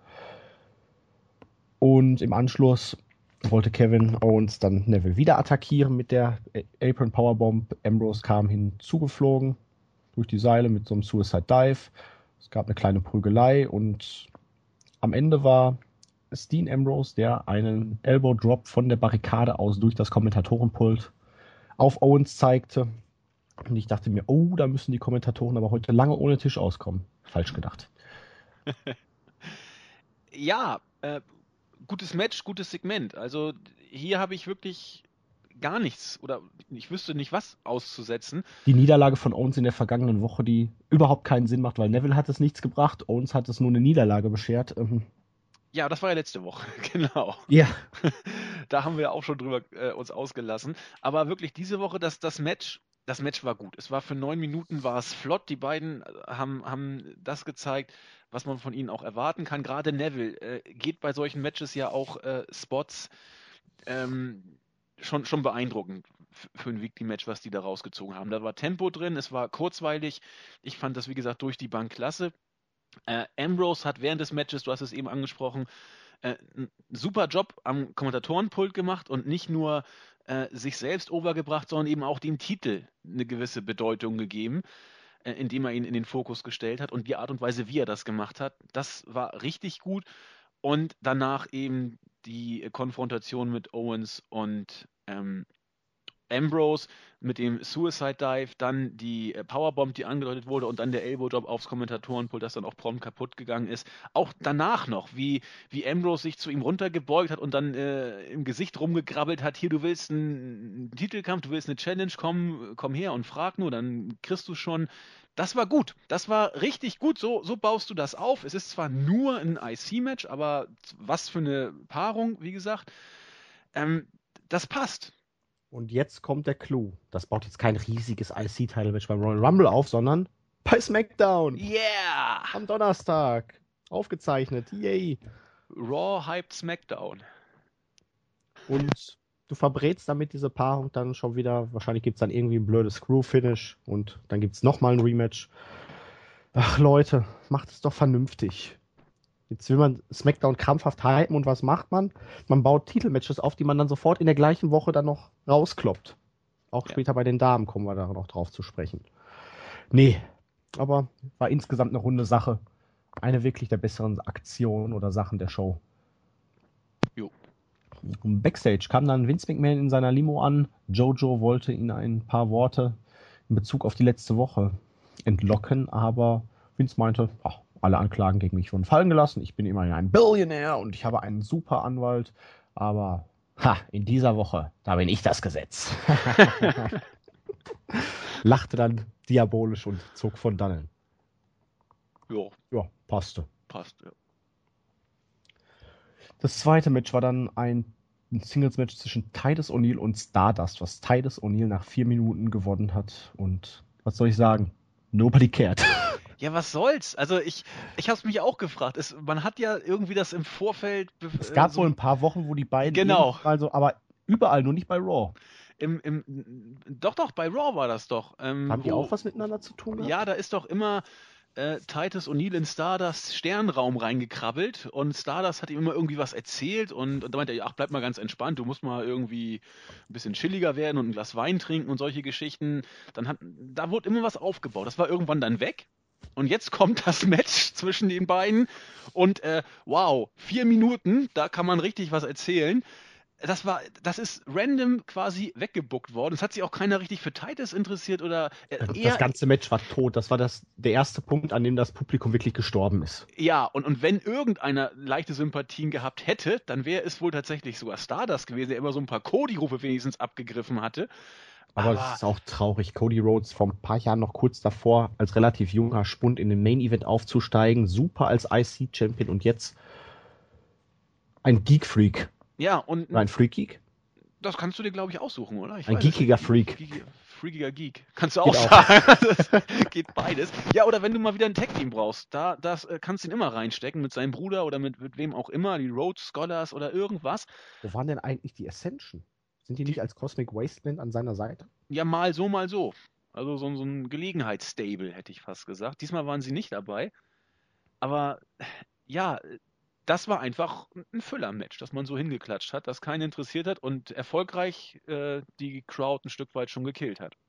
Und im Anschluss wollte Kevin Owens dann Neville wieder attackieren mit der Apron Powerbomb. Ambrose kam hinzugeflogen durch die Seile mit so einem Suicide Dive. Es gab eine kleine Prügelei und am Ende war es Dean Ambrose, der einen Elbow Drop von der Barrikade aus durch das Kommentatorenpult auf Owens zeigte. Und ich dachte mir, oh, da müssen die Kommentatoren aber heute lange ohne Tisch auskommen. Falsch gedacht. Ja, gutes Match, gutes Segment. Also hier habe ich wirklich gar nichts oder ich wüsste nicht was auszusetzen. Die Niederlage von Owens in der vergangenen Woche, die überhaupt keinen Sinn macht, weil Neville hat es nichts gebracht, Owens hat es nur eine Niederlage beschert. Ja, das war ja letzte Woche, genau. Ja. Da haben wir auch schon drüber uns ausgelassen. Aber wirklich diese Woche, das Match war gut. Es war für 9 Minuten, war es flott. Die beiden haben das gezeigt, was man von ihnen auch erwarten kann. Gerade Neville geht bei solchen Matches ja auch Spots schon beeindruckend für ein Weekly-Match, was die da rausgezogen haben. Da war Tempo drin, es war kurzweilig. Ich fand das, wie gesagt, durch die Bank klasse. Ambrose hat während des Matches, du hast es eben angesprochen, einen super Job am Kommentatorenpult gemacht und nicht nur sich selbst overgebracht, sondern eben auch dem Titel eine gewisse Bedeutung gegeben, indem er ihn in den Fokus gestellt hat, und die Art und Weise, wie er das gemacht hat, das war richtig gut. Und danach eben die Konfrontation mit Owens und Ambrose mit dem Suicide Dive, dann die Powerbomb, die angedeutet wurde, und dann der Elbow Drop aufs Kommentatorenpult, das dann auch prompt kaputt gegangen ist. Auch danach noch, wie Ambrose sich zu ihm runtergebeugt hat und dann im Gesicht rumgegrabbelt hat, hier, du willst einen Titelkampf, du willst eine Challenge, komm her und frag nur, dann kriegst du schon. Das war gut. Das war richtig gut. So baust du das auf. Es ist zwar nur ein IC-Match, aber was für eine Paarung, wie gesagt. Ähm, Das passt. Und jetzt kommt der Clou. Das baut jetzt kein riesiges IC-Title-Match beim Royal Rumble auf, sondern bei SmackDown. Yeah! Am Donnerstag. Aufgezeichnet. Yay. Raw hyped SmackDown. Und du verbrätst damit diese Paarung dann schon wieder. Wahrscheinlich gibt es dann irgendwie ein blödes Screw-Finish und dann gibt es nochmal ein Rematch. Ach Leute, macht es doch vernünftig. Jetzt will man SmackDown krampfhaft hypen und was macht man? Man baut Titelmatches auf, die man dann sofort in der gleichen Woche dann noch rauskloppt. Auch später bei den Damen kommen wir da noch drauf zu sprechen. Nee, aber war insgesamt eine runde Sache. Eine wirklich der besseren Aktionen oder Sachen der Show. Jo. Und Backstage kam dann Vince McMahon in seiner Limo an. Jojo wollte ihn ein paar Worte in Bezug auf die letzte Woche entlocken, aber Vince meinte, ach, alle Anklagen gegen mich wurden fallen gelassen. Ich bin immerhin ein Billionär und ich habe einen super Anwalt. Aber in dieser Woche, da bin ich das Gesetz. Lachte dann diabolisch und zog von dannen. Jo. Ja, passte. Passt, ja. Das zweite Match war dann ein Singles-Match zwischen Titus O'Neil und Stardust, was Titus O'Neil nach 4 Minuten gewonnen hat. Und was soll ich sagen? Nobody cared. Ja, was soll's? Also ich hab's mich auch gefragt. Man hat ja irgendwie das im Vorfeld... Es gab wohl ein paar Wochen, wo die beiden Genau. Also, aber überall, nur nicht bei Raw. Doch, bei Raw war das doch. Haben die auch was miteinander zu tun gehabt? Ja, da ist doch immer Titus O'Neil in Stardust Sternraum reingekrabbelt und Stardust hat ihm immer irgendwie was erzählt und da meinte er, ach, bleib mal ganz entspannt, du musst mal irgendwie ein bisschen chilliger werden und ein Glas Wein trinken und solche Geschichten. Da wurde immer was aufgebaut. Das war irgendwann dann weg. Und jetzt kommt das Match zwischen den beiden und wow, 4 Minuten, da kann man richtig was erzählen. Das ist random quasi weggebuckt worden. Es hat sich auch keiner richtig für Titus interessiert oder das ganze Match war tot. Das war der erste Punkt, an dem das Publikum wirklich gestorben ist. Ja, und wenn irgendeiner leichte Sympathien gehabt hätte, dann wäre es wohl tatsächlich sogar Stardust gewesen, der immer so ein paar Cody-Rufe wenigstens abgegriffen hatte. Aber es ist auch traurig. Cody Rhodes vor ein paar Jahren noch kurz davor, als relativ junger Spund in den Main-Event aufzusteigen, super als IC-Champion und jetzt ein Geek-Freak. Ja, und ein Freak-Geek? Das kannst du dir, glaube ich, aussuchen, oder? Ein geekiger Freak. Freakiger Geek. Kannst du auch sagen. Geht beides. Ja, oder wenn du mal wieder ein Tag-Team brauchst, das kannst du ihn immer reinstecken mit seinem Bruder oder mit wem auch immer, die Rhodes Scholars oder irgendwas. Wo waren denn eigentlich die Ascension? Sind die nicht als Cosmic Wasteland an seiner Seite? Ja, mal so, mal so. Also so ein Gelegenheitsstable, hätte ich fast gesagt. Diesmal waren sie nicht dabei. Aber ja, das war einfach ein Füller-Match, das man so hingeklatscht hat, das keinen interessiert hat und erfolgreich die Crowd ein Stück weit schon gekillt hat.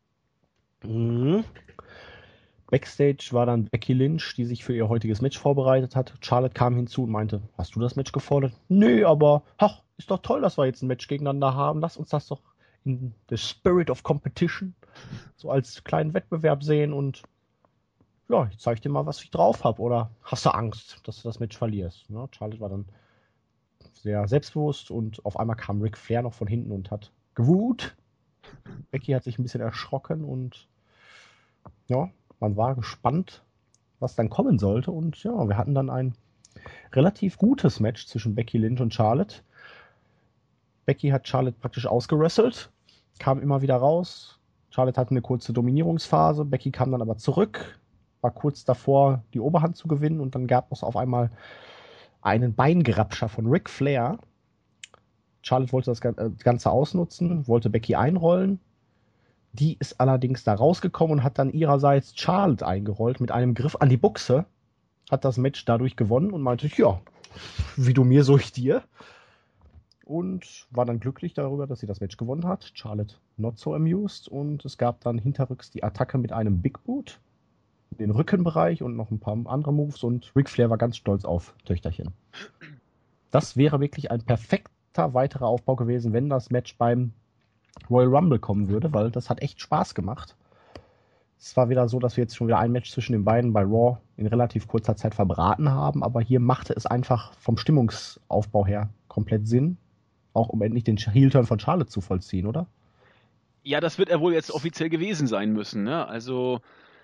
Mhm. Backstage war dann Becky Lynch, die sich für ihr heutiges Match vorbereitet hat. Charlotte kam hinzu und meinte, hast du das Match gefordert? Nö, aber ist doch toll, dass wir jetzt ein Match gegeneinander haben. Lass uns das doch in the spirit of competition so als kleinen Wettbewerb sehen und ja, ich zeig dir mal, was ich drauf habe. Oder hast du Angst, dass du das Match verlierst? Ne? Charlotte war dann sehr selbstbewusst und auf einmal kam Ric Flair noch von hinten und hat gewut. Becky hat sich ein bisschen erschrocken und ja, man war gespannt, was dann kommen sollte. Und ja, wir hatten dann ein relativ gutes Match zwischen Becky Lynch und Charlotte. Becky hat Charlotte praktisch ausgerasselt, kam immer wieder raus. Charlotte hatte eine kurze Dominierungsphase, Becky kam dann aber zurück, war kurz davor, die Oberhand zu gewinnen und dann gab es auf einmal einen Beingerapscher von Ric Flair. Charlotte wollte das Ganze ausnutzen, wollte Becky einrollen. Die ist allerdings da rausgekommen und hat dann ihrerseits Charlotte eingerollt mit einem Griff an die Buchse, hat das Match dadurch gewonnen und meinte, ja, wie du mir, so ich dir. Und war dann glücklich darüber, dass sie das Match gewonnen hat. Charlotte not so amused und es gab dann hinterrücks die Attacke mit einem Big Boot in den Rückenbereich und noch ein paar andere Moves und Ric Flair war ganz stolz auf Töchterchen. Das wäre wirklich ein perfekter weiterer Aufbau gewesen, wenn das Match beim Royal Rumble kommen würde, weil das hat echt Spaß gemacht. Es war wieder so, dass wir jetzt schon wieder ein Match zwischen den beiden bei Raw in relativ kurzer Zeit verbraten haben, aber hier machte es einfach vom Stimmungsaufbau her komplett Sinn, auch um endlich den Heel-Turn von Charlotte zu vollziehen, oder? Ja, das wird er wohl jetzt offiziell gewesen sein müssen, ne? Also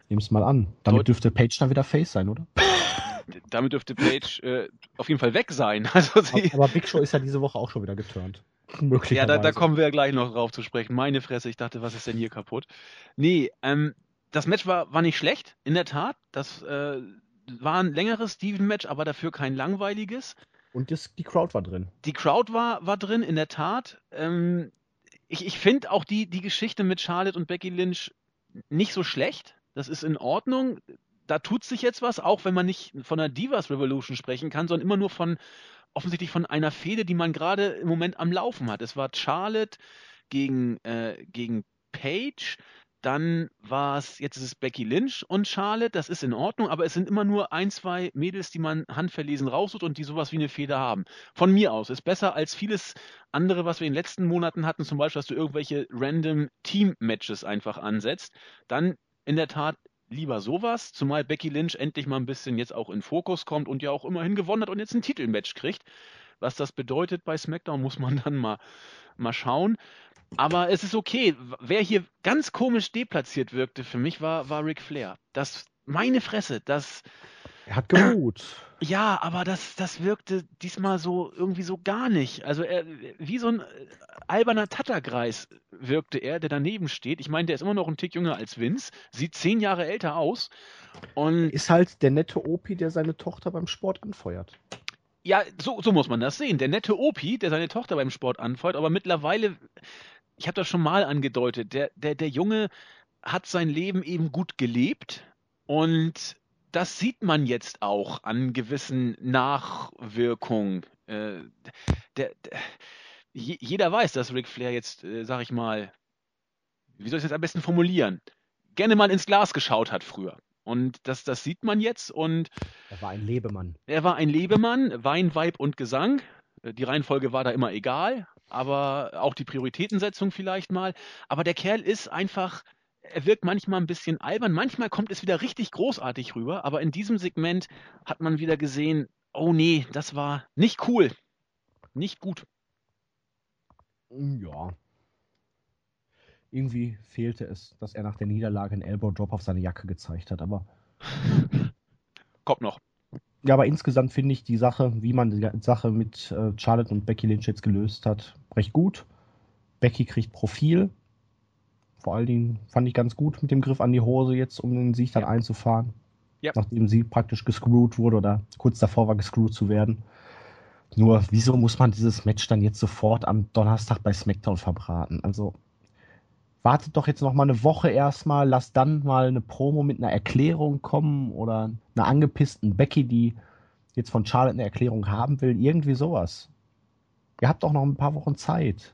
Nehm's mal an. Damit dürfte Paige dann wieder Face sein, oder? Damit dürfte Paige auf jeden Fall weg sein. Also aber Big Show ist ja diese Woche auch schon wieder geturnt. ja, Möglicherweise. da kommen wir ja gleich noch drauf zu sprechen. Meine Fresse, ich dachte, was ist denn hier kaputt? Nee, das Match war nicht schlecht, in der Tat. Das war ein längeres Steven-Match, aber dafür kein langweiliges. Und die Crowd war drin. Die Crowd war drin, in der Tat. Ich finde auch die Geschichte mit Charlotte und Becky Lynch nicht so schlecht. Das ist in Ordnung. Da tut sich jetzt was, auch wenn man nicht von einer Divas Revolution sprechen kann, sondern immer nur offensichtlich von einer Fehde, die man gerade im Moment am Laufen hat. Es war Charlotte gegen Paige, dann jetzt ist es Becky Lynch und Charlotte, das ist in Ordnung, aber es sind immer nur 1, 2 Mädels, die man handverlesen raussucht und die sowas wie eine Fehde haben. Von mir aus ist besser als vieles andere, was wir in den letzten Monaten hatten, zum Beispiel, dass du irgendwelche random Team-Matches einfach ansetzt. Dann in der Tat lieber sowas, zumal Becky Lynch endlich mal ein bisschen jetzt auch in Fokus kommt und ja auch immerhin gewonnen hat und jetzt ein Titelmatch kriegt. Was das bedeutet bei SmackDown, muss man dann mal schauen. Aber es ist okay. Wer hier ganz komisch deplatziert wirkte für mich, war Ric Flair. Meine Fresse, Er hat geruht. ja, aber das wirkte diesmal so irgendwie so gar nicht. Also wie so ein alberner Tattergreis wirkte er, der daneben steht. Ich meine, der ist immer noch ein Tick jünger als Vince, sieht 10 Jahre älter aus. Und Ist halt der nette Opi, der seine Tochter beim Sport anfeuert. ja, so muss man das sehen. Der nette Opi, der seine Tochter beim Sport anfeuert, aber mittlerweile, ich habe das schon mal angedeutet, der Junge hat sein Leben eben gut gelebt und das sieht man jetzt auch an gewissen Nachwirkungen. Jeder weiß, dass Ric Flair jetzt, sag ich mal, wie soll ich das am besten formulieren, gerne mal ins Glas geschaut hat früher. Und das sieht man jetzt und Er war ein Lebemann. er war ein Lebemann, Wein, Weib und Gesang. Die Reihenfolge war da immer egal, aber auch die Prioritätensetzung vielleicht mal. Aber der Kerl ist einfach, er wirkt manchmal ein bisschen albern, manchmal kommt es wieder richtig großartig rüber, aber in diesem Segment hat man wieder gesehen, oh nee, das war nicht cool, nicht gut. Ja. Irgendwie fehlte es, dass er nach der Niederlage einen Elbow Drop auf seine Jacke gezeigt hat, aber Kommt noch. ja, aber insgesamt finde ich die Sache, wie man die Sache mit Charlotte und Becky Lynch jetzt gelöst hat, recht gut. Becky kriegt Profil. Vor allen Dingen fand ich ganz gut mit dem Griff an die Hose jetzt, um den Sieg dann einzufahren. Ja. Nachdem sie praktisch gescrewt wurde oder kurz davor war, gescrewt zu werden. Nur, wieso muss man dieses Match dann jetzt sofort am Donnerstag bei SmackDown verbraten? Also, wartet doch jetzt noch mal eine Woche erstmal, lasst dann mal eine Promo mit einer Erklärung kommen oder einer angepissten Becky, die jetzt von Charlotte eine Erklärung haben will. Irgendwie sowas. Ihr habt auch noch ein paar Wochen Zeit.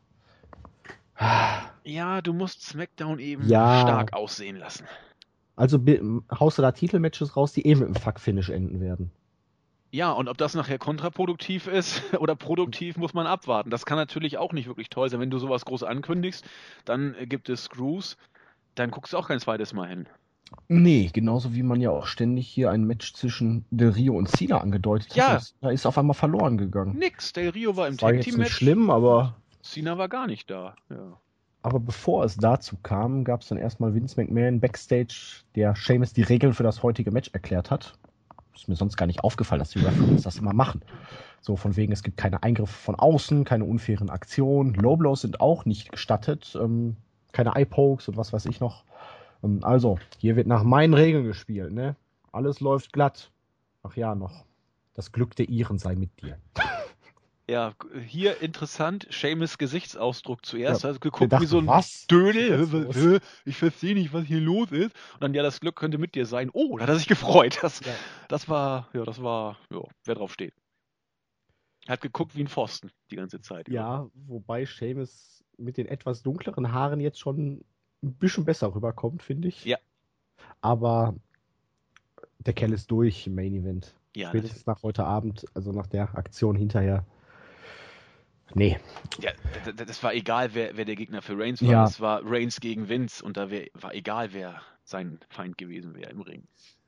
Ja, du musst SmackDown eben Ja. stark aussehen lassen. Also haust du da Titelmatches raus, die mit einem Fuck-Finish enden werden. Ja, und ob das nachher kontraproduktiv ist oder produktiv, muss man abwarten. Das kann natürlich auch nicht wirklich toll sein. Wenn du sowas groß ankündigst, dann gibt es Screws, dann guckst du auch kein zweites Mal hin. Nee, genauso wie man ja auch ständig hier ein Match zwischen Del Rio und Cena angedeutet hat. Ja. Da ist auf einmal verloren gegangen. Nix, Del Rio war im War Tag jetzt Team nicht Match. schlimm, aber Cena war gar nicht da. Ja. Aber bevor es dazu kam, gab es dann erstmal Vince McMahon Backstage, der Sheamus die Regeln für das heutige Match erklärt hat. Ist mir sonst gar nicht aufgefallen, dass die Referees das immer machen. So von wegen, es gibt keine Eingriffe von außen, keine unfairen Aktionen. Low Blows sind auch nicht gestattet. Keine Eye-Pokes und was weiß ich noch. Also, hier wird nach meinen Regeln gespielt, ne? Alles läuft glatt. Ach ja, noch. Das Glück der Iren sei mit dir. Ja, hier interessant, Sheamus Gesichtsausdruck zuerst. Ja, Also geguckt dachte, wie so ein was? Dödel. Ich verstehe nicht, was hier los ist. Und dann, ja, das Glück könnte mit dir sein. Oh, da hat er sich gefreut. Das war, wer drauf steht. Er hat geguckt wie ein Pfosten die ganze Zeit. Ja, wobei Sheamus mit den etwas dunkleren Haaren jetzt schon ein bisschen besser rüberkommt, finde ich. Ja. Aber der Kerl ist durch im Main Event. Ja, Spätestens nach heute Abend, also nach der Aktion hinterher. Nee. Ja, das war egal, wer der Gegner für Reigns war. Ja. Es war Reigns gegen Vince und da war egal, wer sein Feind gewesen wäre im Ring.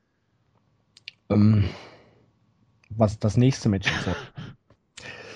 Was das nächste Match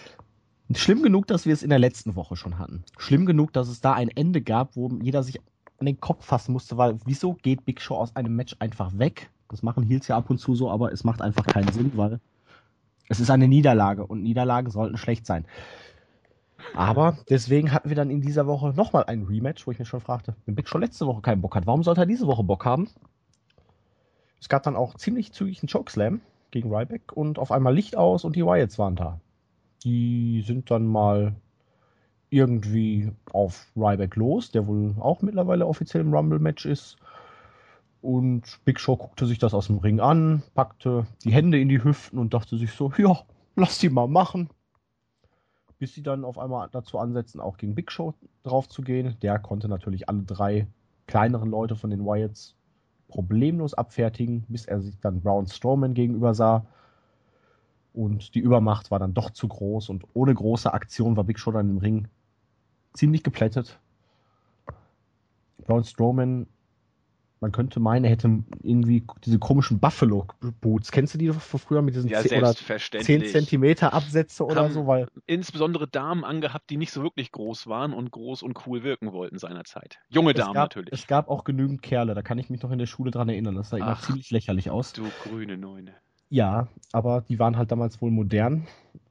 ist. Schlimm genug, dass wir es in der letzten Woche schon hatten. Schlimm genug, dass es da ein Ende gab, wo jeder sich an den Kopf fassen musste, weil wieso geht Big Show aus einem Match einfach weg? Das machen Heels ja ab und zu so, aber es macht einfach keinen Sinn, weil es ist eine Niederlage und Niederlagen sollten schlecht sein. Aber deswegen hatten wir dann in dieser Woche nochmal ein Rematch, wo ich mich schon fragte, wenn Big Show letzte Woche keinen Bock hat, warum sollte er diese Woche Bock haben? Es gab dann auch ziemlich zügig einen Chokeslam gegen Ryback und auf einmal Licht aus und die Wyatts waren da. Die sind dann mal irgendwie auf Ryback los, der wohl auch mittlerweile offiziell im Rumble-Match ist. Und Big Show guckte sich das aus dem Ring an, packte die Hände in die Hüften und dachte sich so, ja, lass die mal machen. Bis sie dann auf einmal dazu ansetzen, auch gegen Big Show drauf zu gehen. Der konnte natürlich alle 3 kleineren Leute von den Wyatts problemlos abfertigen, bis er sich dann Braun Strowman gegenüber sah. Und die Übermacht war dann doch zu groß und ohne große Aktion war Big Show dann im Ring ziemlich geplättet. Braun Strowman, man könnte meinen, er hätte irgendwie diese komischen Buffalo-Boots. Kennst du die von früher mit diesen 10 Zentimeter Absätze oder so? Weil insbesondere Damen angehabt, die nicht so wirklich groß waren und groß und cool wirken wollten seinerzeit. Junge Damen natürlich. Es gab auch genügend Kerle, da kann ich mich noch in der Schule dran erinnern. Das sah immer ziemlich lächerlich aus. Du grüne Neune. Ja, aber die waren halt damals wohl modern.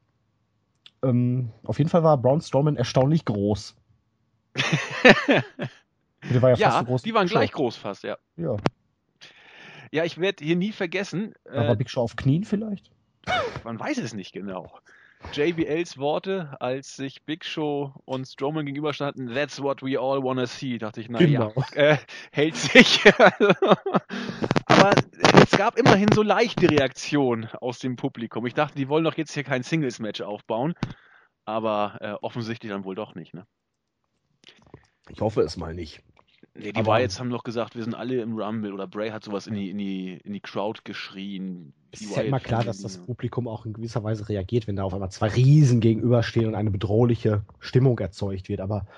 Auf jeden Fall war Braun Strowman erstaunlich groß. Der war fast so groß. Die waren gleich groß fast, ja. Ja, ich werde hier nie vergessen. War Big Show auf Knien vielleicht? Man weiß es nicht genau. JBLs Worte, als sich Big Show und Strowman gegenüberstanden, that's what we all wanna see, dachte ich, naja, hält sich. Aber es gab immerhin so leichte Reaktionen aus dem Publikum. Ich dachte, die wollen doch jetzt hier kein Singles-Match aufbauen, aber offensichtlich dann wohl doch nicht, ne? Ich hoffe es mal nicht. Nee, die Wyatts haben doch gesagt, wir sind alle im Rumble, oder Bray hat sowas in die Crowd geschrien. Es ist ja immer klar, dass das Publikum auch in gewisser Weise reagiert, wenn da auf einmal 2 Riesen gegenüberstehen und eine bedrohliche Stimmung erzeugt wird. Aber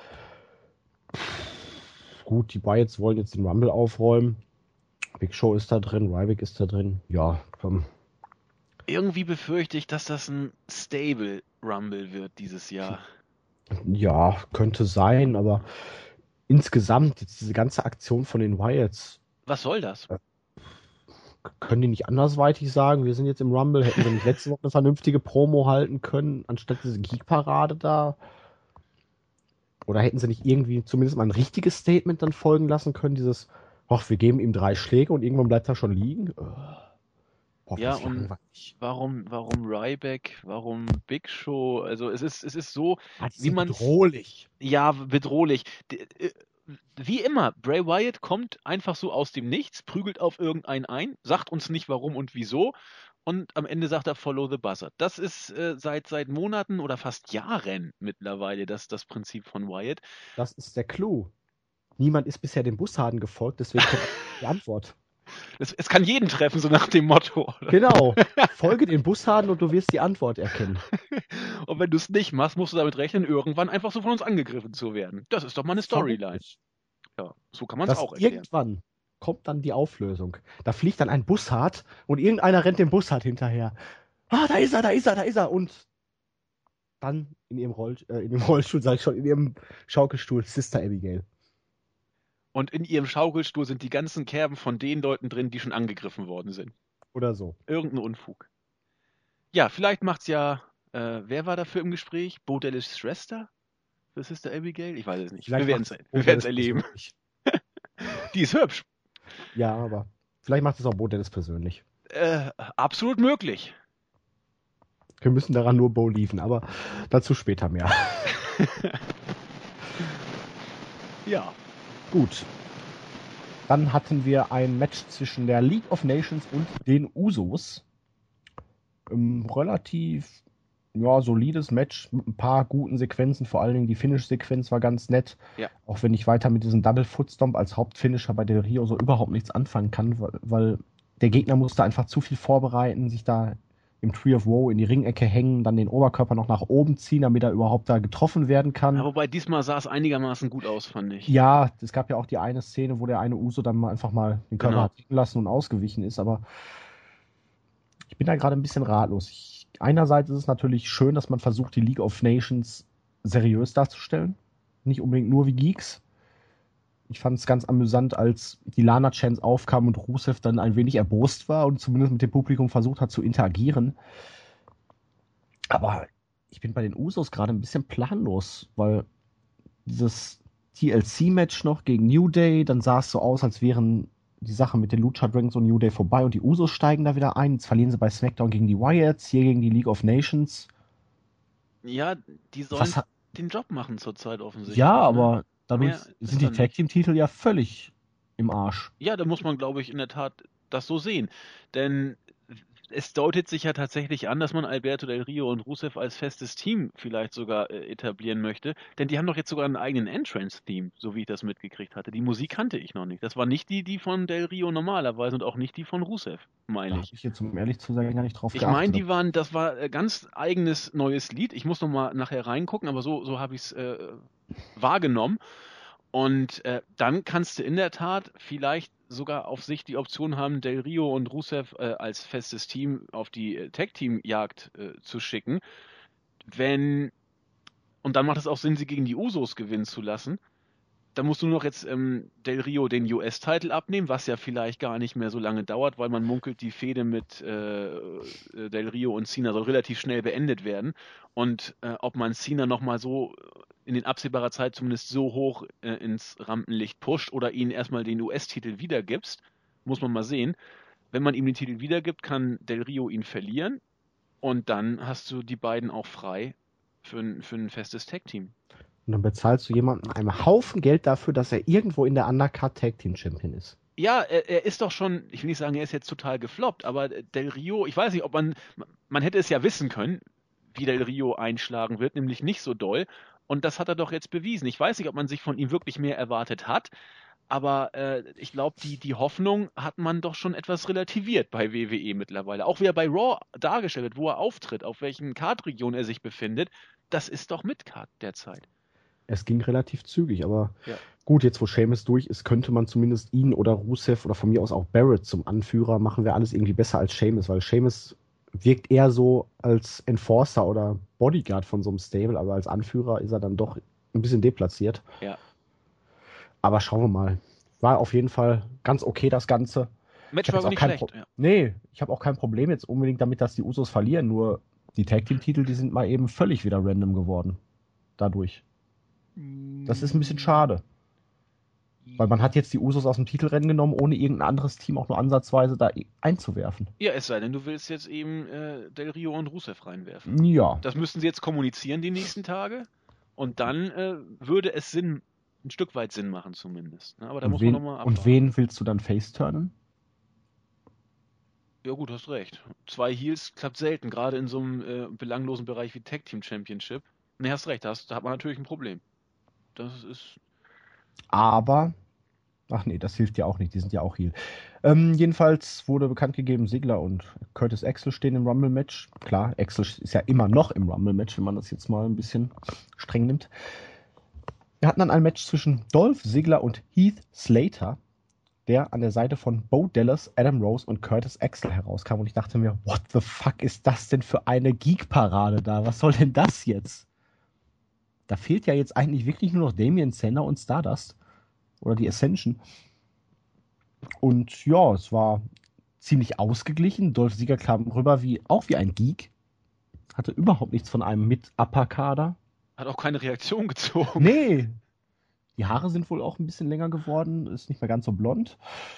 gut, die Wyatts wollen jetzt den Rumble aufräumen. Big Show ist da drin, Ryback ist da drin. Ja, komm. Irgendwie befürchte ich, dass das ein Stable Rumble wird dieses Jahr. Ja, könnte sein, aber insgesamt jetzt diese ganze Aktion von den Wyatts. Was soll das? Können die nicht andersweitig sagen, wir sind jetzt im Rumble, hätten sie nicht letzte Woche eine vernünftige Promo halten können, anstatt diese Geek-Parade da? Oder hätten sie nicht irgendwie zumindest mal ein richtiges Statement dann folgen lassen können, dieses, wir geben ihm 3 Schläge und irgendwann bleibt er schon liegen? Ja, und warum Ryback, warum Big Show? Also es ist so, wie man bedrohlich. Ja, bedrohlich. Wie immer, Bray Wyatt kommt einfach so aus dem Nichts, prügelt auf irgendeinen ein, sagt uns nicht warum und wieso und am Ende sagt er Follow the Buzzer. Das ist seit Monaten oder fast Jahren mittlerweile das Prinzip von Wyatt. Das ist der Clou. Niemand ist bisher dem Bussarden gefolgt, deswegen kommt die Antwort. Es kann jeden treffen, so nach dem Motto. Oder? Genau. Folge den Bussarden und du wirst die Antwort erkennen. Und wenn du es nicht machst, musst du damit rechnen, irgendwann einfach so von uns angegriffen zu werden. Das ist doch mal eine Storyline. Ja, so kann man es auch erklären. Irgendwann kommt dann die Auflösung. Da fliegt dann ein Bussard und irgendeiner rennt dem Bussard hinterher. Da ist er. Und dann in ihrem Rollstuhl, sag ich schon, in ihrem Schaukelstuhl Sister Abigail. Und in ihrem Schaukelstuhl sind die ganzen Kerben von den Leuten drin, die schon angegriffen worden sind. Oder so. Irgendein Unfug. Ja, vielleicht macht's ja, wer war dafür im Gespräch? Bo Dallas Schwester? Für Sister Abigail? Ich weiß es nicht. Wir werden es erleben. Die ist hübsch. Ja, aber vielleicht macht es auch Bo Dallas persönlich. Absolut möglich. Wir müssen daran nur Bo liefen, aber dazu später mehr. Ja. Gut. Dann hatten wir ein Match zwischen der League of Nations und den Usos. Relativ solides Match mit ein paar guten Sequenzen. Vor allen Dingen die Finish-Sequenz war ganz nett. Ja. Auch wenn ich weiter mit diesem Double Foot Stomp als Hauptfinisher bei Del Rio so überhaupt nichts anfangen kann, weil der Gegner musste einfach zu viel vorbereiten, sich da im Tree of Woe in die Ringecke hängen, dann den Oberkörper noch nach oben ziehen, damit er überhaupt da getroffen werden kann. Ja, wobei diesmal sah es einigermaßen gut aus, fand ich. Ja, es gab ja auch die eine Szene, wo der eine Uso dann mal einfach mal den Körper hat liegen lassen und ausgewichen ist, aber ich bin da gerade ein bisschen ratlos. Einerseits ist es natürlich schön, dass man versucht, die League of Nations seriös darzustellen. Nicht unbedingt nur wie Geeks. Ich fand es ganz amüsant, als die Lana-Chance aufkam und Rusev dann ein wenig erbost war und zumindest mit dem Publikum versucht hat zu interagieren. Aber ich bin bei den Usos gerade ein bisschen planlos, weil dieses TLC-Match noch gegen New Day, dann sah es so aus, als wären die Sachen mit den Lucha Dragons und New Day vorbei und die Usos steigen da wieder ein. Jetzt verlieren sie bei SmackDown gegen die Wyatts, hier gegen die League of Nations. Ja, die sollen den Job machen zurzeit offensichtlich. Ja, aber dadurch Mehr ist sind die da Tag nicht. Team Titel ja völlig im Arsch. Ja, da muss man, glaube ich, in der Tat das so sehen. Denn es deutet sich ja tatsächlich an, dass man Alberto Del Rio und Rusev als festes Team vielleicht sogar etablieren möchte. Denn die haben doch jetzt sogar einen eigenen Entrance-Theme, so wie ich das mitgekriegt hatte. Die Musik kannte ich noch nicht. Das war nicht die von Del Rio normalerweise und auch nicht die von Rusev, Da meine habe ich. ich jetzt, um ehrlich zu sein, gar nicht drauf Ich meine, geachtet. das war ganz eigenes neues Lied. Ich muss noch mal nachher reingucken, aber so habe ich es wahrgenommen. Und dann kannst du in der Tat vielleicht sogar auf sich die Option haben, Del Rio und Rusev als festes Team auf die Tag-Team-Jagd zu schicken. Und dann macht es auch Sinn, sie gegen die Usos gewinnen zu lassen. Da musst du nur noch jetzt Del Rio den US-Titel abnehmen, was ja vielleicht gar nicht mehr so lange dauert, weil man munkelt, die Fehde mit Del Rio und Cena soll relativ schnell beendet werden. Und ob man Cena nochmal so in den absehbarer Zeit zumindest so hoch ins Rampenlicht pusht oder ihn erstmal den US-Titel wiedergibst, muss man mal sehen. Wenn man ihm den Titel wiedergibt, kann Del Rio ihn verlieren und dann hast du die beiden auch frei für ein festes Tag-Team. Und dann bezahlst du jemanden einen Haufen Geld dafür, dass er irgendwo in der Undercard Tag Team Champion ist. Ja, er ist doch schon, ich will nicht sagen, er ist jetzt total gefloppt, aber Del Rio, ich weiß nicht, ob man hätte es ja wissen können, wie Del Rio einschlagen wird, nämlich nicht so doll. Und das hat er doch jetzt bewiesen. Ich weiß nicht, ob man sich von ihm wirklich mehr erwartet hat, aber ich glaube, die Hoffnung hat man doch schon etwas relativiert bei WWE mittlerweile. Auch wie er bei Raw dargestellt wird, wo er auftritt, auf welchen Card-Region er sich befindet, das ist doch Mid-Card derzeit. Es ging relativ zügig, aber Ja. gut, jetzt wo Sheamus durch ist, könnte man zumindest ihn oder Rusev oder von mir aus auch Barrett zum Anführer machen, wäre alles irgendwie besser als Sheamus, weil Sheamus wirkt eher so als Enforcer oder Bodyguard von so einem Stable, aber als Anführer ist er dann doch ein bisschen deplatziert. Ja. Aber schauen wir mal. War auf jeden Fall ganz okay, das Ganze. Match war auch nicht schlecht. Ja. Nee, ich habe auch kein Problem jetzt unbedingt damit, dass die Usos verlieren, nur die Tag-Team-Titel, die sind mal eben völlig wieder random geworden. Dadurch. Das ist ein bisschen schade. Weil man hat jetzt die Usos aus dem Titelrennen genommen, ohne irgendein anderes Team auch nur ansatzweise da einzuwerfen. Ja, es sei denn, du willst jetzt eben Del Rio und Rusev reinwerfen. Ja. Das müssten sie jetzt kommunizieren die nächsten Tage. Und dann würde es ein Stück weit Sinn machen zumindest. Ne? Aber da muss man nochmal abwarten. Und wen willst du dann face-turnen? Ja gut, hast recht. 2 Heels klappt selten, gerade in so einem belanglosen Bereich wie Tag Team Championship. Ne, hast recht, da hat man natürlich ein Problem. Das ist... Aber, ach nee, das hilft ja auch nicht, die sind ja auch Heel. Jedenfalls wurde bekannt gegeben, Ziggler und Curtis Axel stehen im Rumble-Match. Klar, Axel ist ja immer noch im Rumble-Match, wenn man das jetzt mal ein bisschen streng nimmt. Wir hatten dann ein Match zwischen Dolph Ziggler und Heath Slater, der an der Seite von Bo Dallas, Adam Rose und Curtis Axel herauskam. Und ich dachte mir, what the fuck ist das denn für eine Geek-Parade da? Was soll denn das jetzt? Da fehlt ja jetzt eigentlich wirklich nur noch Damien Sandow und Stardust. Oder die Ascension. Und ja, es war ziemlich ausgeglichen. Dolph Ziggler kam rüber auch wie ein Geek. Hatte überhaupt nichts von einem Mit-Upper-Kader. Hat auch keine Reaktion gezogen. Nee. Die Haare sind wohl auch ein bisschen länger geworden. Ist nicht mehr ganz so blond.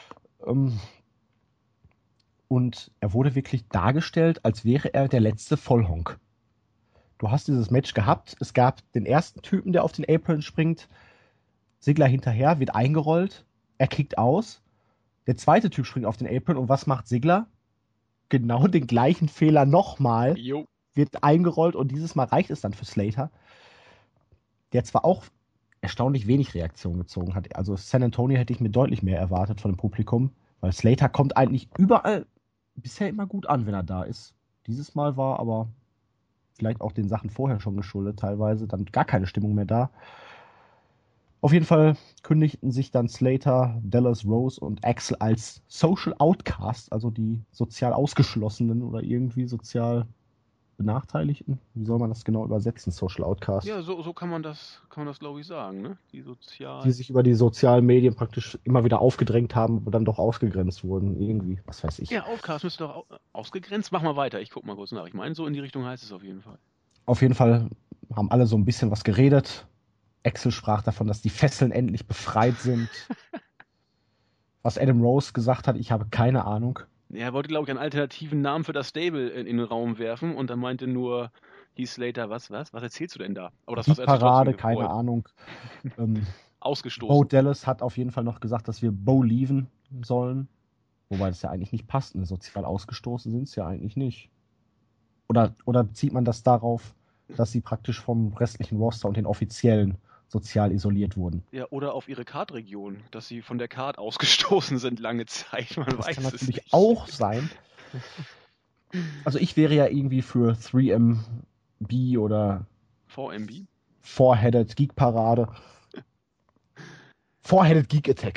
Und er wurde wirklich dargestellt, als wäre er der letzte Vollhonk. Du hast dieses Match gehabt. Es gab den ersten Typen, der auf den Apron springt. Ziggler hinterher, wird eingerollt. Er kickt aus. Der zweite Typ springt auf den Apron. Und was macht Ziggler? Genau den gleichen Fehler nochmal. Jo. Wird eingerollt. Und dieses Mal reicht es dann für Slater. Der zwar auch erstaunlich wenig Reaktion gezogen hat. Also San Antonio hätte ich mir deutlich mehr erwartet von dem Publikum. Weil Slater kommt eigentlich überall bisher immer gut an, wenn er da ist. Dieses Mal war aber vielleicht auch den Sachen vorher schon geschuldet, teilweise dann gar keine Stimmung mehr da. Auf jeden Fall kündigten sich dann Slater, Dallas Rose und Axel als Social Outcast, also die sozial Ausgeschlossenen oder irgendwie sozial Benachteiligten? Wie soll man das genau übersetzen, Social Outcast? Ja, so kann man das, glaube ich, sagen, ne? Die sich über die sozialen Medien praktisch immer wieder aufgedrängt haben, aber dann doch ausgegrenzt wurden. Irgendwie, was weiß ich. Ja, Outcast müsste doch ausgegrenzt. Mach mal weiter, ich guck mal kurz nach. Ich meine, so in die Richtung heißt es auf jeden Fall. Auf jeden Fall haben alle so ein bisschen was geredet. Axel sprach davon, dass die Fesseln endlich befreit sind. Was Adam Rose gesagt hat, ich habe keine Ahnung. Ja, er wollte, glaube ich, einen alternativen Namen für das Stable in den Raum werfen und dann meinte nur Heath Slater, was erzählst du denn da? Aber das Die hat er sich Parade, trotzdem keine gefreut. Ahnung. Bo Ausgestoßen. Dallas hat auf jeden Fall noch gesagt, dass wir Bo leaven sollen. Wobei das ja eigentlich nicht passt. Ne? Sozial ausgestoßen sind es ja eigentlich nicht. Oder bezieht man das darauf, dass sie praktisch vom restlichen Roster und den Offiziellen sozial isoliert wurden? Ja, oder auf ihre Card-Region, dass sie von der Card ausgestoßen sind lange Zeit. Man Das weiß kann es natürlich nicht. auch sein. Also ich wäre ja irgendwie für 3MB oder VMB? Four-Headed Geek Parade. Four-Headed Geek Attack.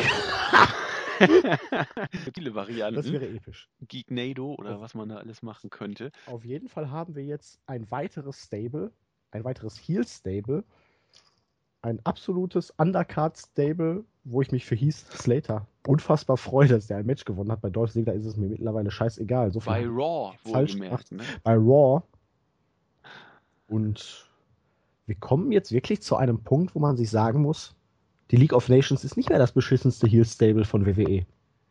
Viele Varianten. Das wäre episch. Geeknado oder was man da alles machen könnte. Auf jeden Fall haben wir jetzt ein weiteres Stable, ein weiteres Heel-Stable, ein absolutes Undercard-Stable, wo ich mich für Heath Slater unfassbar freue, dass der ein Match gewonnen hat. Bei Dolph Ziggler ist es mir mittlerweile scheißegal. So viel Bei Raw wohlgemerkt. Ne? Bei Raw. Und wir kommen jetzt wirklich zu einem Punkt, wo man sich sagen muss, die League of Nations ist nicht mehr das beschissenste Heel-Stable von WWE.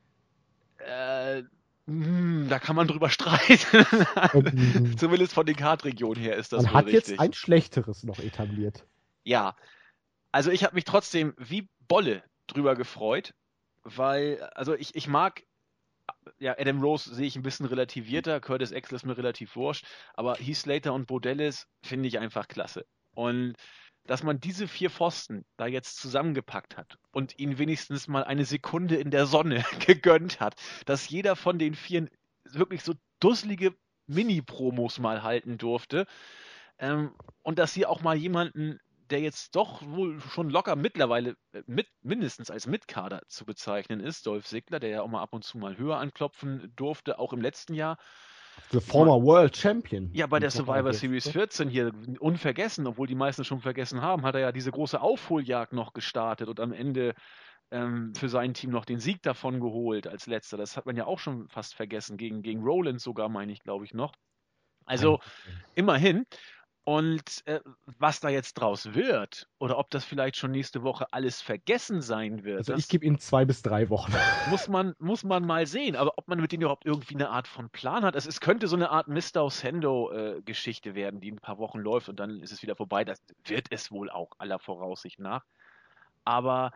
Da kann man drüber streiten. Zumindest von den Card-Regionen her ist das man wohl hat richtig. Jetzt ein schlechteres noch etabliert. Ja, also ich habe mich trotzdem wie Bolle drüber gefreut, weil, also ich mag, ja, Adam Rose sehe ich ein bisschen relativierter, Curtis Axel ist mir relativ wurscht, aber Heath Slater und Bo Dallas finde ich einfach klasse. Und dass man diese 4 Pfosten da jetzt zusammengepackt hat und ihnen wenigstens mal eine Sekunde in der Sonne gegönnt hat, dass jeder von den 4 wirklich so dusselige Mini-Promos mal halten durfte, und dass sie auch mal jemanden, der jetzt doch wohl schon locker mittlerweile mindestens als Mitkader zu bezeichnen ist, Dolph Ziggler, der ja auch mal ab und zu mal höher anklopfen durfte, auch im letzten Jahr. The former World Champion. Ja, bei der Survivor Series 14 hier unvergessen, obwohl die meisten schon vergessen haben, hat er ja diese große Aufholjagd noch gestartet und am Ende für sein Team noch den Sieg davon geholt als letzter. Das hat man ja auch schon fast vergessen, gegen Rollins sogar, meine ich, glaube ich, noch. Also immerhin. Und was da jetzt draus wird, oder ob das vielleicht schon nächste Woche alles vergessen sein wird, also ich gebe ihm 2 bis 3 Wochen. muss man mal sehen. Aber ob man mit denen überhaupt irgendwie eine Art von Plan hat, es könnte so eine Art Mr. Sendo-Geschichte werden, die ein paar Wochen läuft und dann ist es wieder vorbei. Das wird es wohl auch aller Voraussicht nach. Aber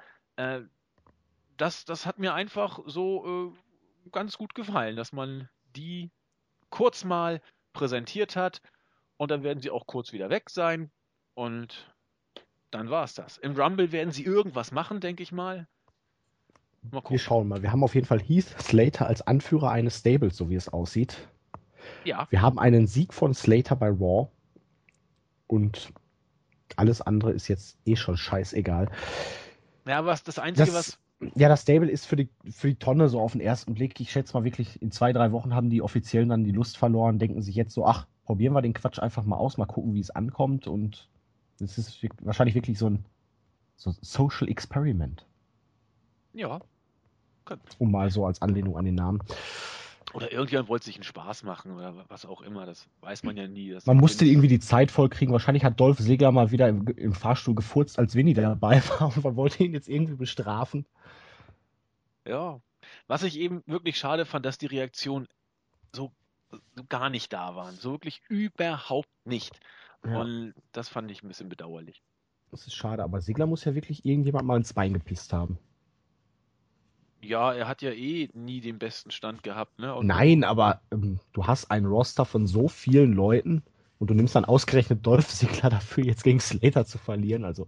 das hat mir einfach so ganz gut gefallen, dass man die kurz mal präsentiert hat. Und dann werden sie auch kurz wieder weg sein. Und dann war es das. Im Rumble werden sie irgendwas machen, denke ich mal. Mal gucken. Wir schauen mal. Wir haben auf jeden Fall Heath Slater als Anführer eines Stables, so wie es aussieht. Ja. Wir haben einen Sieg von Slater bei Raw. Und alles andere ist jetzt schon scheißegal. Ja, was das Einzige, was... Ja, das Stable ist für die Tonne so auf den ersten Blick. Ich schätze mal wirklich, in 2, 3 Wochen haben die Offiziellen dann die Lust verloren, denken sich jetzt so, ach, probieren wir den Quatsch einfach mal aus, mal gucken, wie es ankommt. Und es ist wahrscheinlich wirklich so ein Social Experiment. Ja. Um mal so als Anlehnung an den Namen. Oder irgendjemand wollte sich einen Spaß machen oder was auch immer. Das weiß man ja nie. Man musste irgendwie die Zeit vollkriegen. Wahrscheinlich hat Dolph Ziggler mal wieder im Fahrstuhl gefurzt, als Winnie dabei war. Und man wollte ihn jetzt irgendwie bestrafen. Ja. Was ich eben wirklich schade fand, dass die Reaktion so gar nicht da waren. So wirklich überhaupt nicht. Ja. Und das fand ich ein bisschen bedauerlich. Das ist schade, aber Ziggler muss ja wirklich irgendjemand mal ins Bein gepisst haben. Ja, er hat ja nie den besten Stand gehabt, ne? Und nein, aber du hast einen Roster von so vielen Leuten und du nimmst dann ausgerechnet Dolph Ziggler dafür, jetzt gegen Slater zu verlieren, also.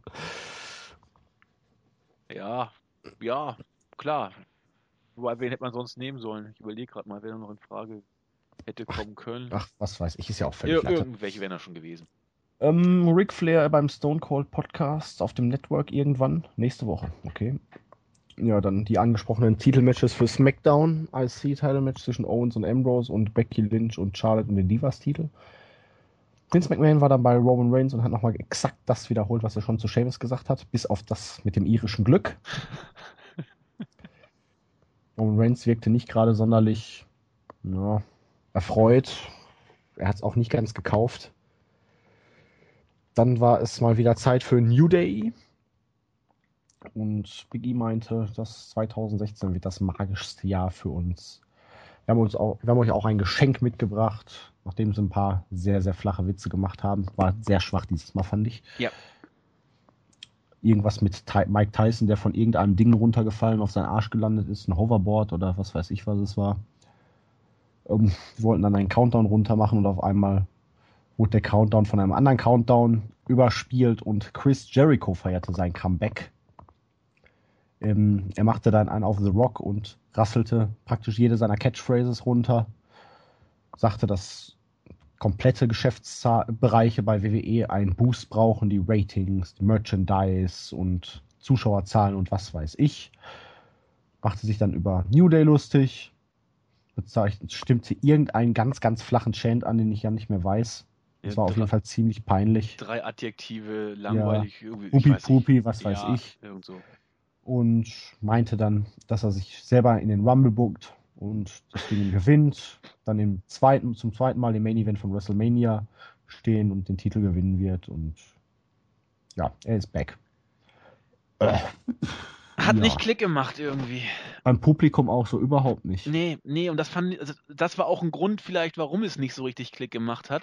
Ja, klar. Wobei, wen hätte man sonst nehmen sollen? Ich überlege gerade mal, wer noch in Frage hätte kommen können. Ach, was weiß ich, ist ja auch völlig irgendwelche wären da schon gewesen. Ric Flair beim Stone Cold Podcast auf dem Network irgendwann. Nächste Woche, okay. Ja, dann die angesprochenen Titelmatches für SmackDown. IC-Title-Match zwischen Owens und Ambrose und Becky Lynch und Charlotte um den Divas-Titel. Vince McMahon war dann bei Roman Reigns und hat nochmal exakt das wiederholt, was er schon zu Sheamus gesagt hat, bis auf das mit dem irischen Glück. Roman Reigns wirkte nicht gerade sonderlich erfreut. Er hat es auch nicht ganz gekauft. Dann war es mal wieder Zeit für New Day. Und Big E meinte, dass 2016 wird das magischste Jahr für uns. Wir haben euch auch ein Geschenk mitgebracht, nachdem sie ein paar sehr, sehr flache Witze gemacht haben. War sehr schwach dieses Mal, fand ich. Ja. Irgendwas mit Mike Tyson, der von irgendeinem Ding runtergefallen auf seinen Arsch gelandet ist, ein Hoverboard oder was weiß ich, was es war. Wir wollten dann einen Countdown runter machen und auf einmal wurde der Countdown von einem anderen Countdown überspielt und Chris Jericho feierte sein Comeback. Er machte dann einen auf The Rock und rasselte praktisch jede seiner Catchphrases runter. Sagte, dass komplette Geschäftsbereiche bei WWE einen Boost brauchen, die Ratings, die Merchandise und Zuschauerzahlen und was weiß ich. Machte sich dann über New Day lustig. Stimmte irgendeinen ganz, ganz flachen Chant an, den ich ja nicht mehr weiß. Das war auf jeden Fall ziemlich peinlich. 3 Adjektive, langweilig. Ja, Pupi, was weiß ich. Irgend so. Und meinte dann, dass er sich selber in den Rumble bookt und das Ding gewinnt, dann zum zweiten Mal im Main Event von WrestleMania stehen und den Titel gewinnen wird und ja, er ist back. Hat nicht Klick gemacht irgendwie. Beim Publikum auch so überhaupt nicht. Nee, und das war auch ein Grund vielleicht, warum es nicht so richtig Klick gemacht hat.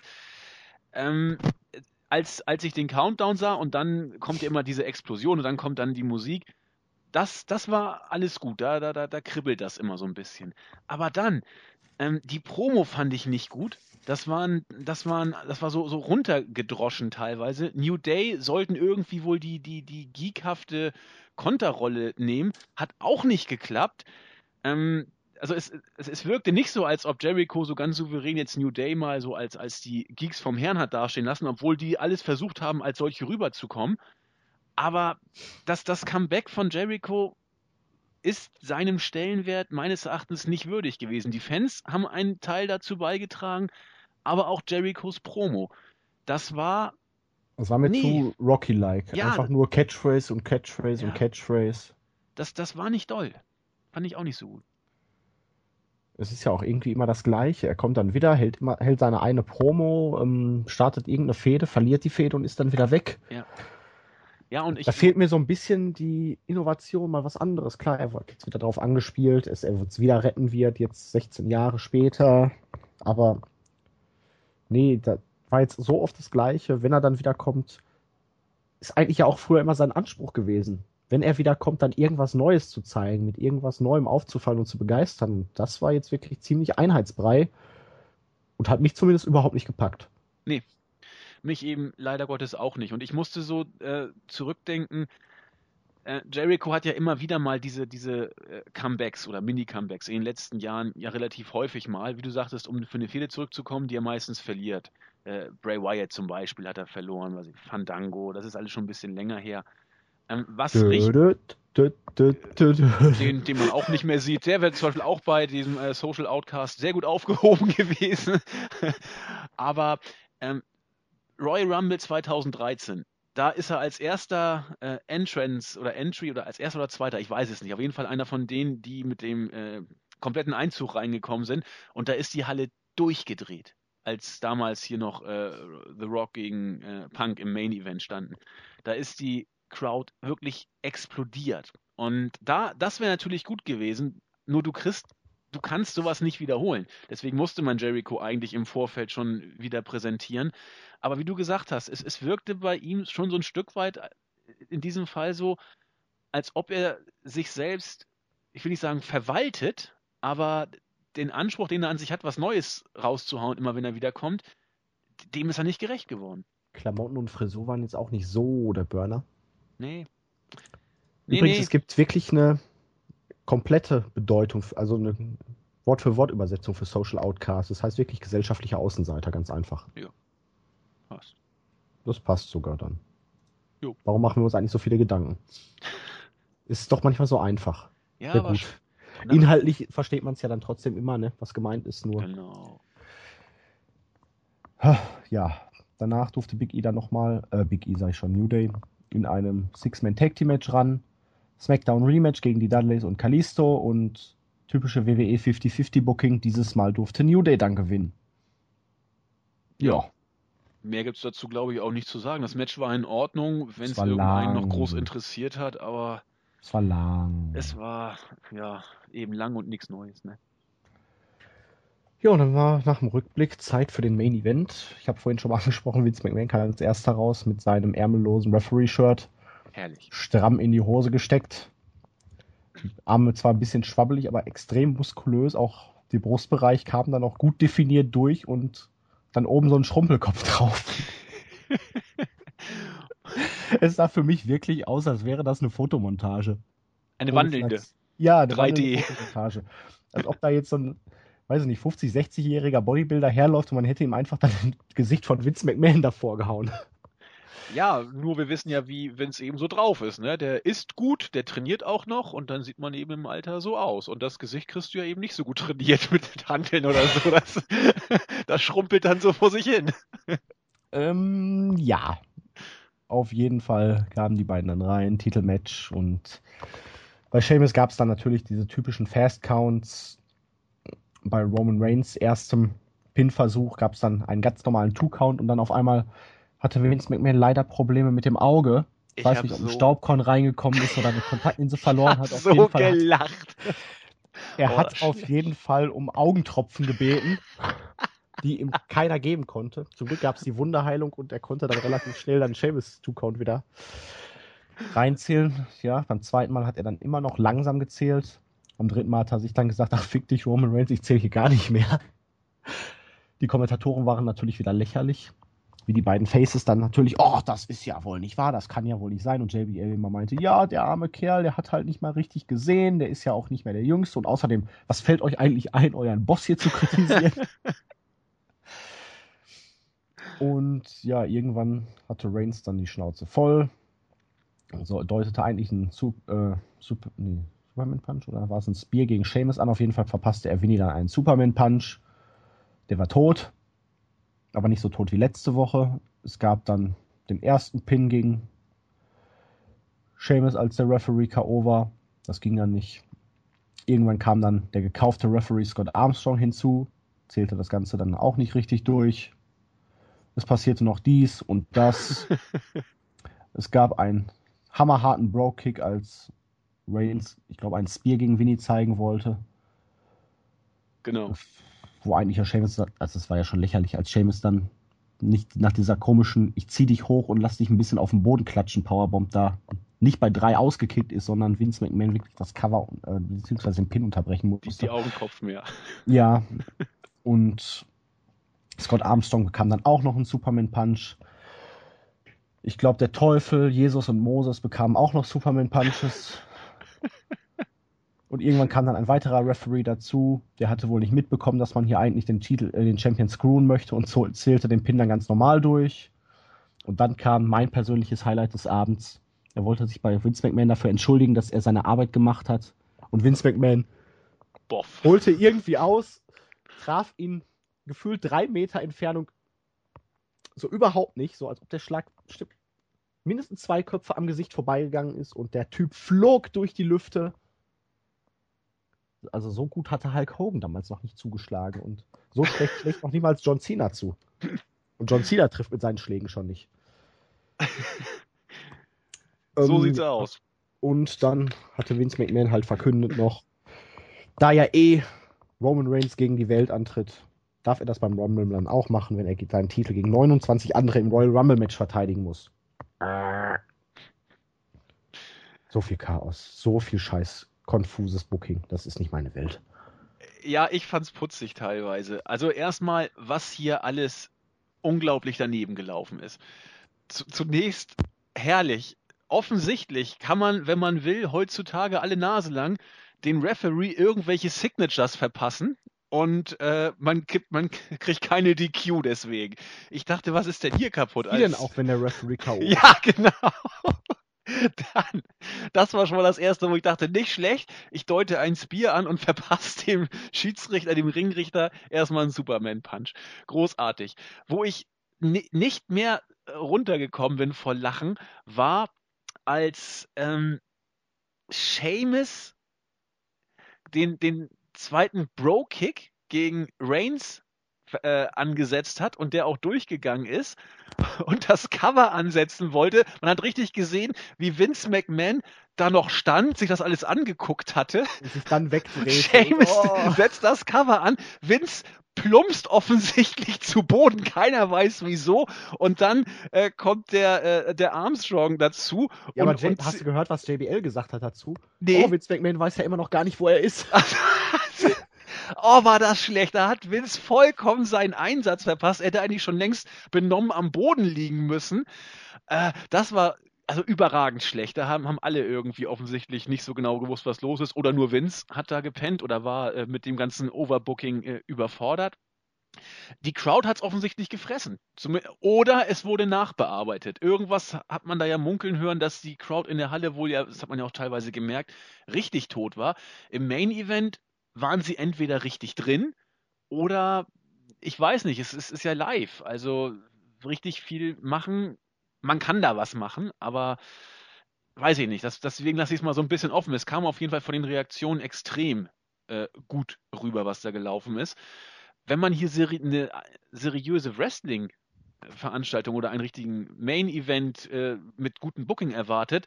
Als ich den Countdown sah und dann kommt ja immer diese Explosion und dann kommt dann die Musik, das war alles gut, da kribbelt das immer so ein bisschen. Aber dann, die Promo fand ich nicht gut. Das war so runtergedroschen teilweise. New Day sollten irgendwie wohl die geekhafte Konterrolle nehmen. Hat auch nicht geklappt. Also es wirkte nicht so, als ob Jericho so ganz souverän jetzt New Day mal so als die Geeks vom Herrn hat dastehen lassen, obwohl die alles versucht haben, als solche rüberzukommen. Aber das Comeback von Jericho ist seinem Stellenwert meines Erachtens nicht würdig gewesen. Die Fans haben einen Teil dazu beigetragen, aber auch Jerichos Promo. Das war mir zu Rocky-like. Ja, einfach nur Catchphrase und Catchphrase und Catchphrase. Das war nicht doll. Fand ich auch nicht so gut. Es ist ja auch irgendwie immer das Gleiche. Er kommt dann wieder, hält seine eine Promo, startet irgendeine Fehde, verliert die Fehde und ist dann wieder weg. Ja, und da fehlt mir so ein bisschen die Innovation, mal was anderes. Klar, er wird jetzt wieder darauf angespielt, er wird es wieder retten wird, jetzt 16 Jahre später. Aber nee, da war jetzt so oft das Gleiche. Wenn er dann wieder kommt, ist eigentlich ja auch früher immer sein Anspruch gewesen. Wenn er wieder kommt, dann irgendwas Neues zu zeigen, mit irgendwas Neuem aufzufallen und zu begeistern. Das war jetzt wirklich ziemlich Einheitsbrei und hat mich zumindest überhaupt nicht gepackt. Nee, mich eben leider Gottes auch nicht. Und ich musste so zurückdenken, Jericho hat ja immer wieder mal diese Comebacks oder Mini-Comebacks in den letzten Jahren ja relativ häufig mal, wie du sagtest, um für eine Fehde zurückzukommen, die er meistens verliert. Bray Wyatt zum Beispiel hat er verloren, Fandango, das ist alles schon ein bisschen länger her. Den man auch nicht mehr sieht, der wäre zum Beispiel auch bei diesem Social Outcast sehr gut aufgehoben gewesen. Aber Royal Rumble 2013, da ist er als erster Entry oder als erster oder zweiter, ich weiß es nicht, auf jeden Fall einer von denen, die mit dem kompletten Einzug reingekommen sind. Und da ist die Halle durchgedreht, als damals hier noch The Rock gegen Punk im Main Event standen. Da ist die Crowd wirklich explodiert. Und das wäre natürlich gut gewesen, nur du kannst sowas nicht wiederholen. Deswegen musste man Jericho eigentlich im Vorfeld schon wieder präsentieren. Aber wie du gesagt hast, es wirkte bei ihm schon so ein Stück weit in diesem Fall so, als ob er sich selbst, ich will nicht sagen verwaltet, aber den Anspruch, den er an sich hat, was Neues rauszuhauen, immer wenn er wiederkommt, dem ist er nicht gerecht geworden. Klamotten und Frisur waren jetzt auch nicht so der Burner. Nee. Übrigens, es gibt wirklich eine komplette Bedeutung, also eine Wort-für-Wort-Übersetzung für Social Outcast. Das heißt wirklich gesellschaftlicher Außenseiter, ganz einfach. Ja, passt. Das passt sogar dann. Jo. Warum machen wir uns eigentlich so viele Gedanken? Ist doch manchmal so einfach. Ja, aber gut. Inhaltlich versteht man es ja dann trotzdem immer, ne? Was gemeint ist nur. Genau. Ja. Danach durfte Big E dann nochmal, Big E sag ich schon, New Day, in einem Six-Man-Tag-Team-Match ran. SmackDown-Rematch gegen die Dudleys und Kalisto und typische WWE 50-50-Booking. Dieses Mal durfte New Day dann gewinnen. Ja. Mehr gibt es dazu, glaube ich, auch nicht zu sagen. Das Match war in Ordnung, wenn es war irgendeinen noch lang. groß interessiert hat, aber Es war lang. es war ja eben lang und nichts Neues. Ne? Ja, und dann war nach dem Rückblick Zeit für den Main Event. Ich habe vorhin schon mal angesprochen, Vince McMahon kam als erster raus mit seinem ärmellosen Referee-Shirt. Herrlich. Stramm in die Hose gesteckt. Arme zwar ein bisschen schwabbelig, aber extrem muskulös. Auch der Brustbereich kam dann auch gut definiert durch und dann oben so ein Schrumpelkopf drauf. Es sah für mich wirklich aus, als wäre das eine Fotomontage. Eine wandelnde. Ja, eine 3D. wandelnde Fotomontage. Als ob da jetzt so ein, weiß ich nicht, 50-, 60-jähriger Bodybuilder herläuft und man hätte ihm einfach dann das Gesicht von Vince McMahon davor gehauen. Ja, nur wir wissen ja, wie Vince eben so drauf ist. Ne? Der isst gut, der trainiert auch noch und dann sieht man eben im Alter so aus. Und das Gesicht kriegst du ja eben nicht so gut trainiert mit Hanteln oder so. Das schrumpelt dann so vor sich hin. Ja. Auf jeden Fall kamen die beiden dann rein, Titelmatch, und bei Sheamus gab es dann natürlich diese typischen Fast Counts. Bei Roman Reigns erstem Pin-Versuch gab es dann einen ganz normalen Two-Count und dann auf einmal hatte Vince McMahon leider Probleme mit dem Auge. Ich weiß nicht, ob ein Staubkorn reingekommen ist oder eine Kontaktlinse verloren hat. Auf so jeden Fall gelacht. Er hat auf jeden Fall um Augentropfen gebeten, die ihm keiner geben konnte. Zum Glück gab es die Wunderheilung und er konnte dann relativ schnell dann Sheamus Two-Count wieder reinzählen. Ja, beim zweiten Mal hat er dann immer noch langsam gezählt. Am dritten Mal hat er sich dann gesagt, ach fick dich Roman Reigns, ich zähle hier gar nicht mehr. Die Kommentatoren waren natürlich wieder lächerlich. Wie die beiden Faces dann natürlich, oh, das ist ja wohl nicht wahr, das kann ja wohl nicht sein. Und JBL immer meinte, ja, der arme Kerl, der hat halt nicht mal richtig gesehen, der ist ja auch nicht mehr der Jüngste. Und außerdem, was fällt euch eigentlich ein, euren Boss hier zu kritisieren? Und ja, irgendwann hatte Reigns dann die Schnauze voll. Also deutete eigentlich einen Superman Punch oder war es ein Spear gegen Sheamus an? Auf jeden Fall verpasste er Vinny dann einen Superman Punch. Der war tot, aber nicht so tot wie letzte Woche. Es gab dann den ersten Pin gegen Sheamus, als der Referee K.O. war. Das ging dann nicht. Irgendwann kam dann der gekaufte Referee Scott Armstrong hinzu. Zählte das Ganze dann auch nicht richtig durch. Es passierte noch dies und das. Es gab einen hammerharten Bro-Kick, als Reigns, ich glaube, einen Spear gegen Vinny zeigen wollte. Genau. Wo eigentlich ja Sheamus, also es war ja schon lächerlich, als Sheamus dann nicht nach dieser komischen, ich zieh dich hoch und lass dich ein bisschen auf den Boden klatschen, Powerbomb da nicht bei 3 ausgekickt ist, sondern Vince McMahon wirklich das Cover beziehungsweise den Pin unterbrechen musste. Die Augentropfen, ja. Ja, und Scott Armstrong bekam dann auch noch einen Superman-Punch. Ich glaube, der Teufel, Jesus und Moses bekamen auch noch Superman-Punches. Und irgendwann kam dann ein weiterer Referee dazu. Der hatte wohl nicht mitbekommen, dass man hier eigentlich den Titel, den Champion screwen möchte und zählte den Pin dann ganz normal durch. Und dann kam mein persönliches Highlight des Abends. Er wollte sich bei Vince McMahon dafür entschuldigen, dass er seine Arbeit gemacht hat. Und Vince McMahon holte irgendwie aus, traf ihn gefühlt 3 Meter Entfernung so überhaupt nicht, so als ob der Schlag mindestens 2 Köpfe am Gesicht vorbeigegangen ist und der Typ flog durch die Lüfte. Also so gut hatte Hulk Hogan damals noch nicht zugeschlagen und so schlecht noch niemals John Cena zu. Und John Cena trifft mit seinen Schlägen schon nicht. So sieht's aus. Und dann hatte Vince McMahon halt verkündet noch, da ja Roman Reigns gegen die Welt antritt, darf er das beim Rumble dann auch machen, wenn er seinen Titel gegen 29 andere im Royal Rumble Match verteidigen muss. So viel Chaos, so viel scheiß konfuses Booking, das ist nicht meine Welt. Ja, ich fand's putzig teilweise. Also erstmal, was hier alles unglaublich daneben gelaufen ist. Zunächst herrlich. Offensichtlich kann man, wenn man will, heutzutage alle Nase lang den Referee irgendwelche Signatures verpassen und man kriegt keine DQ deswegen. Ich dachte, was ist denn hier kaputt? Wie denn auch, wenn der Referee K.O. Ja, genau. Dann, das war schon mal das Erste, wo ich dachte, nicht schlecht, ich deute ein Spear an und verpasse dem Schiedsrichter, dem Ringrichter erstmal einen Superman-Punch. Großartig. Wo ich nicht mehr runtergekommen bin vor Lachen, war, als Sheamus den zweiten Bro-Kick gegen Reigns angesetzt hat und der auch durchgegangen ist und das Cover ansetzen wollte. Man hat richtig gesehen, wie Vince McMahon da noch stand, sich das alles angeguckt hatte. Und sich dann wegdreht. Sheamus setzt das Cover an, Vince plumpst offensichtlich zu Boden, keiner weiß wieso, und dann kommt der Armstrong dazu. Ja, aber hast du gehört, was JBL gesagt hat dazu? Nee. Oh, Vince McMahon weiß ja immer noch gar nicht, wo er ist. Oh, war das schlecht. Da hat Vince vollkommen seinen Einsatz verpasst. Er hätte eigentlich schon längst benommen am Boden liegen müssen. Das war also überragend schlecht. Da haben alle irgendwie offensichtlich nicht so genau gewusst, was los ist. Oder nur Vince hat da gepennt oder war mit dem ganzen Overbooking überfordert. Die Crowd hat es offensichtlich gefressen. Oder es wurde nachbearbeitet. Irgendwas hat man da ja munkeln hören, dass die Crowd in der Halle wohl ja, das hat man ja auch teilweise gemerkt, richtig tot war. Im Main Event waren sie entweder richtig drin oder ich weiß nicht, es ist ja live. Also richtig viel machen, man kann da was machen, aber weiß ich nicht. Deswegen lasse ich es mal so ein bisschen offen. Es kam auf jeden Fall von den Reaktionen extrem gut rüber, was da gelaufen ist. Wenn man hier eine seriöse Wrestling-Veranstaltung oder einen richtigen Main-Event mit gutem Booking erwartet,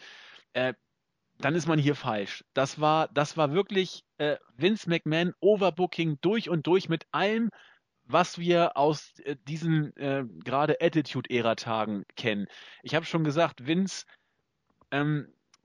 dann ist man hier falsch. Das war wirklich Vince McMahon Overbooking durch und durch mit allem, was wir aus diesen gerade Attitude-Ära-Tagen kennen. Ich habe schon gesagt, Vince ähm,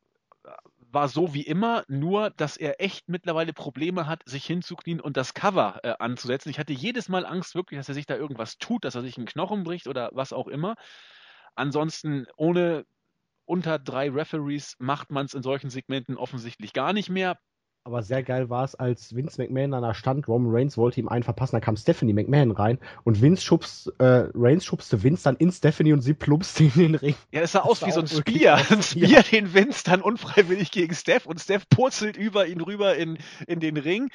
war so wie immer, nur dass er echt mittlerweile Probleme hat, sich hinzuknien und das Cover anzusetzen. Ich hatte jedes Mal Angst wirklich, dass er sich da irgendwas tut, dass er sich einen Knochen bricht oder was auch immer. Ansonsten ohne unter 3 Referees macht man es in solchen Segmenten offensichtlich gar nicht mehr. Aber sehr geil war es, als Vince McMahon da stand, Roman Reigns wollte ihm einen verpassen, da kam Stephanie McMahon rein und Reigns schubste Vince dann in Stephanie und sie plumpste in den Ring. Ja, es sah aus wie so ein Spear. Ein Spear, den Vince dann unfreiwillig gegen Steph und Steph purzelt über ihn rüber in den Ring.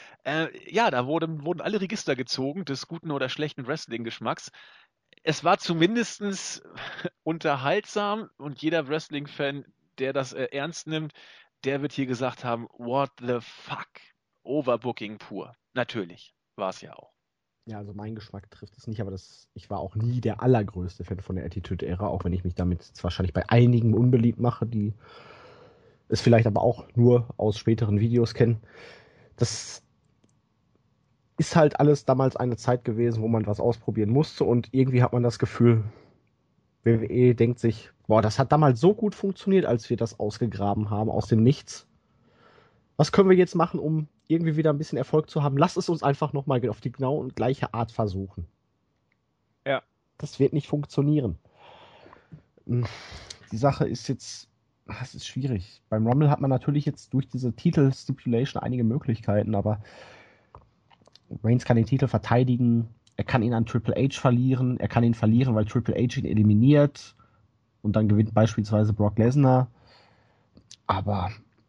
Ja, da wurden alle Register gezogen des guten oder schlechten Wrestling-Geschmacks. Es war zumindest unterhaltsam und jeder Wrestling-Fan, der das ernst nimmt, der wird hier gesagt haben, what the fuck? Overbooking pur. Natürlich, war es ja auch. Ja, also mein Geschmack trifft es nicht, aber ich war auch nie der allergrößte Fan von der Attitude-Ära, auch wenn ich mich damit jetzt wahrscheinlich bei einigen unbeliebt mache, die es vielleicht aber auch nur aus späteren Videos kennen. Das ist halt alles damals eine Zeit gewesen, wo man was ausprobieren musste und irgendwie hat man das Gefühl, WWE denkt sich, boah, das hat damals so gut funktioniert, als wir das ausgegraben haben aus dem Nichts. Was können wir jetzt machen, um irgendwie wieder ein bisschen Erfolg zu haben? Lass es uns einfach nochmal auf die genau und gleiche Art versuchen. Ja. Das wird nicht funktionieren. Die Sache ist jetzt, das ist schwierig. Beim Rumble hat man natürlich jetzt durch diese Titel-Stipulation einige Möglichkeiten, aber Reigns kann den Titel verteidigen, er kann ihn an Triple H verlieren, er kann ihn verlieren, weil Triple H ihn eliminiert und dann gewinnt beispielsweise Brock Lesnar. Aber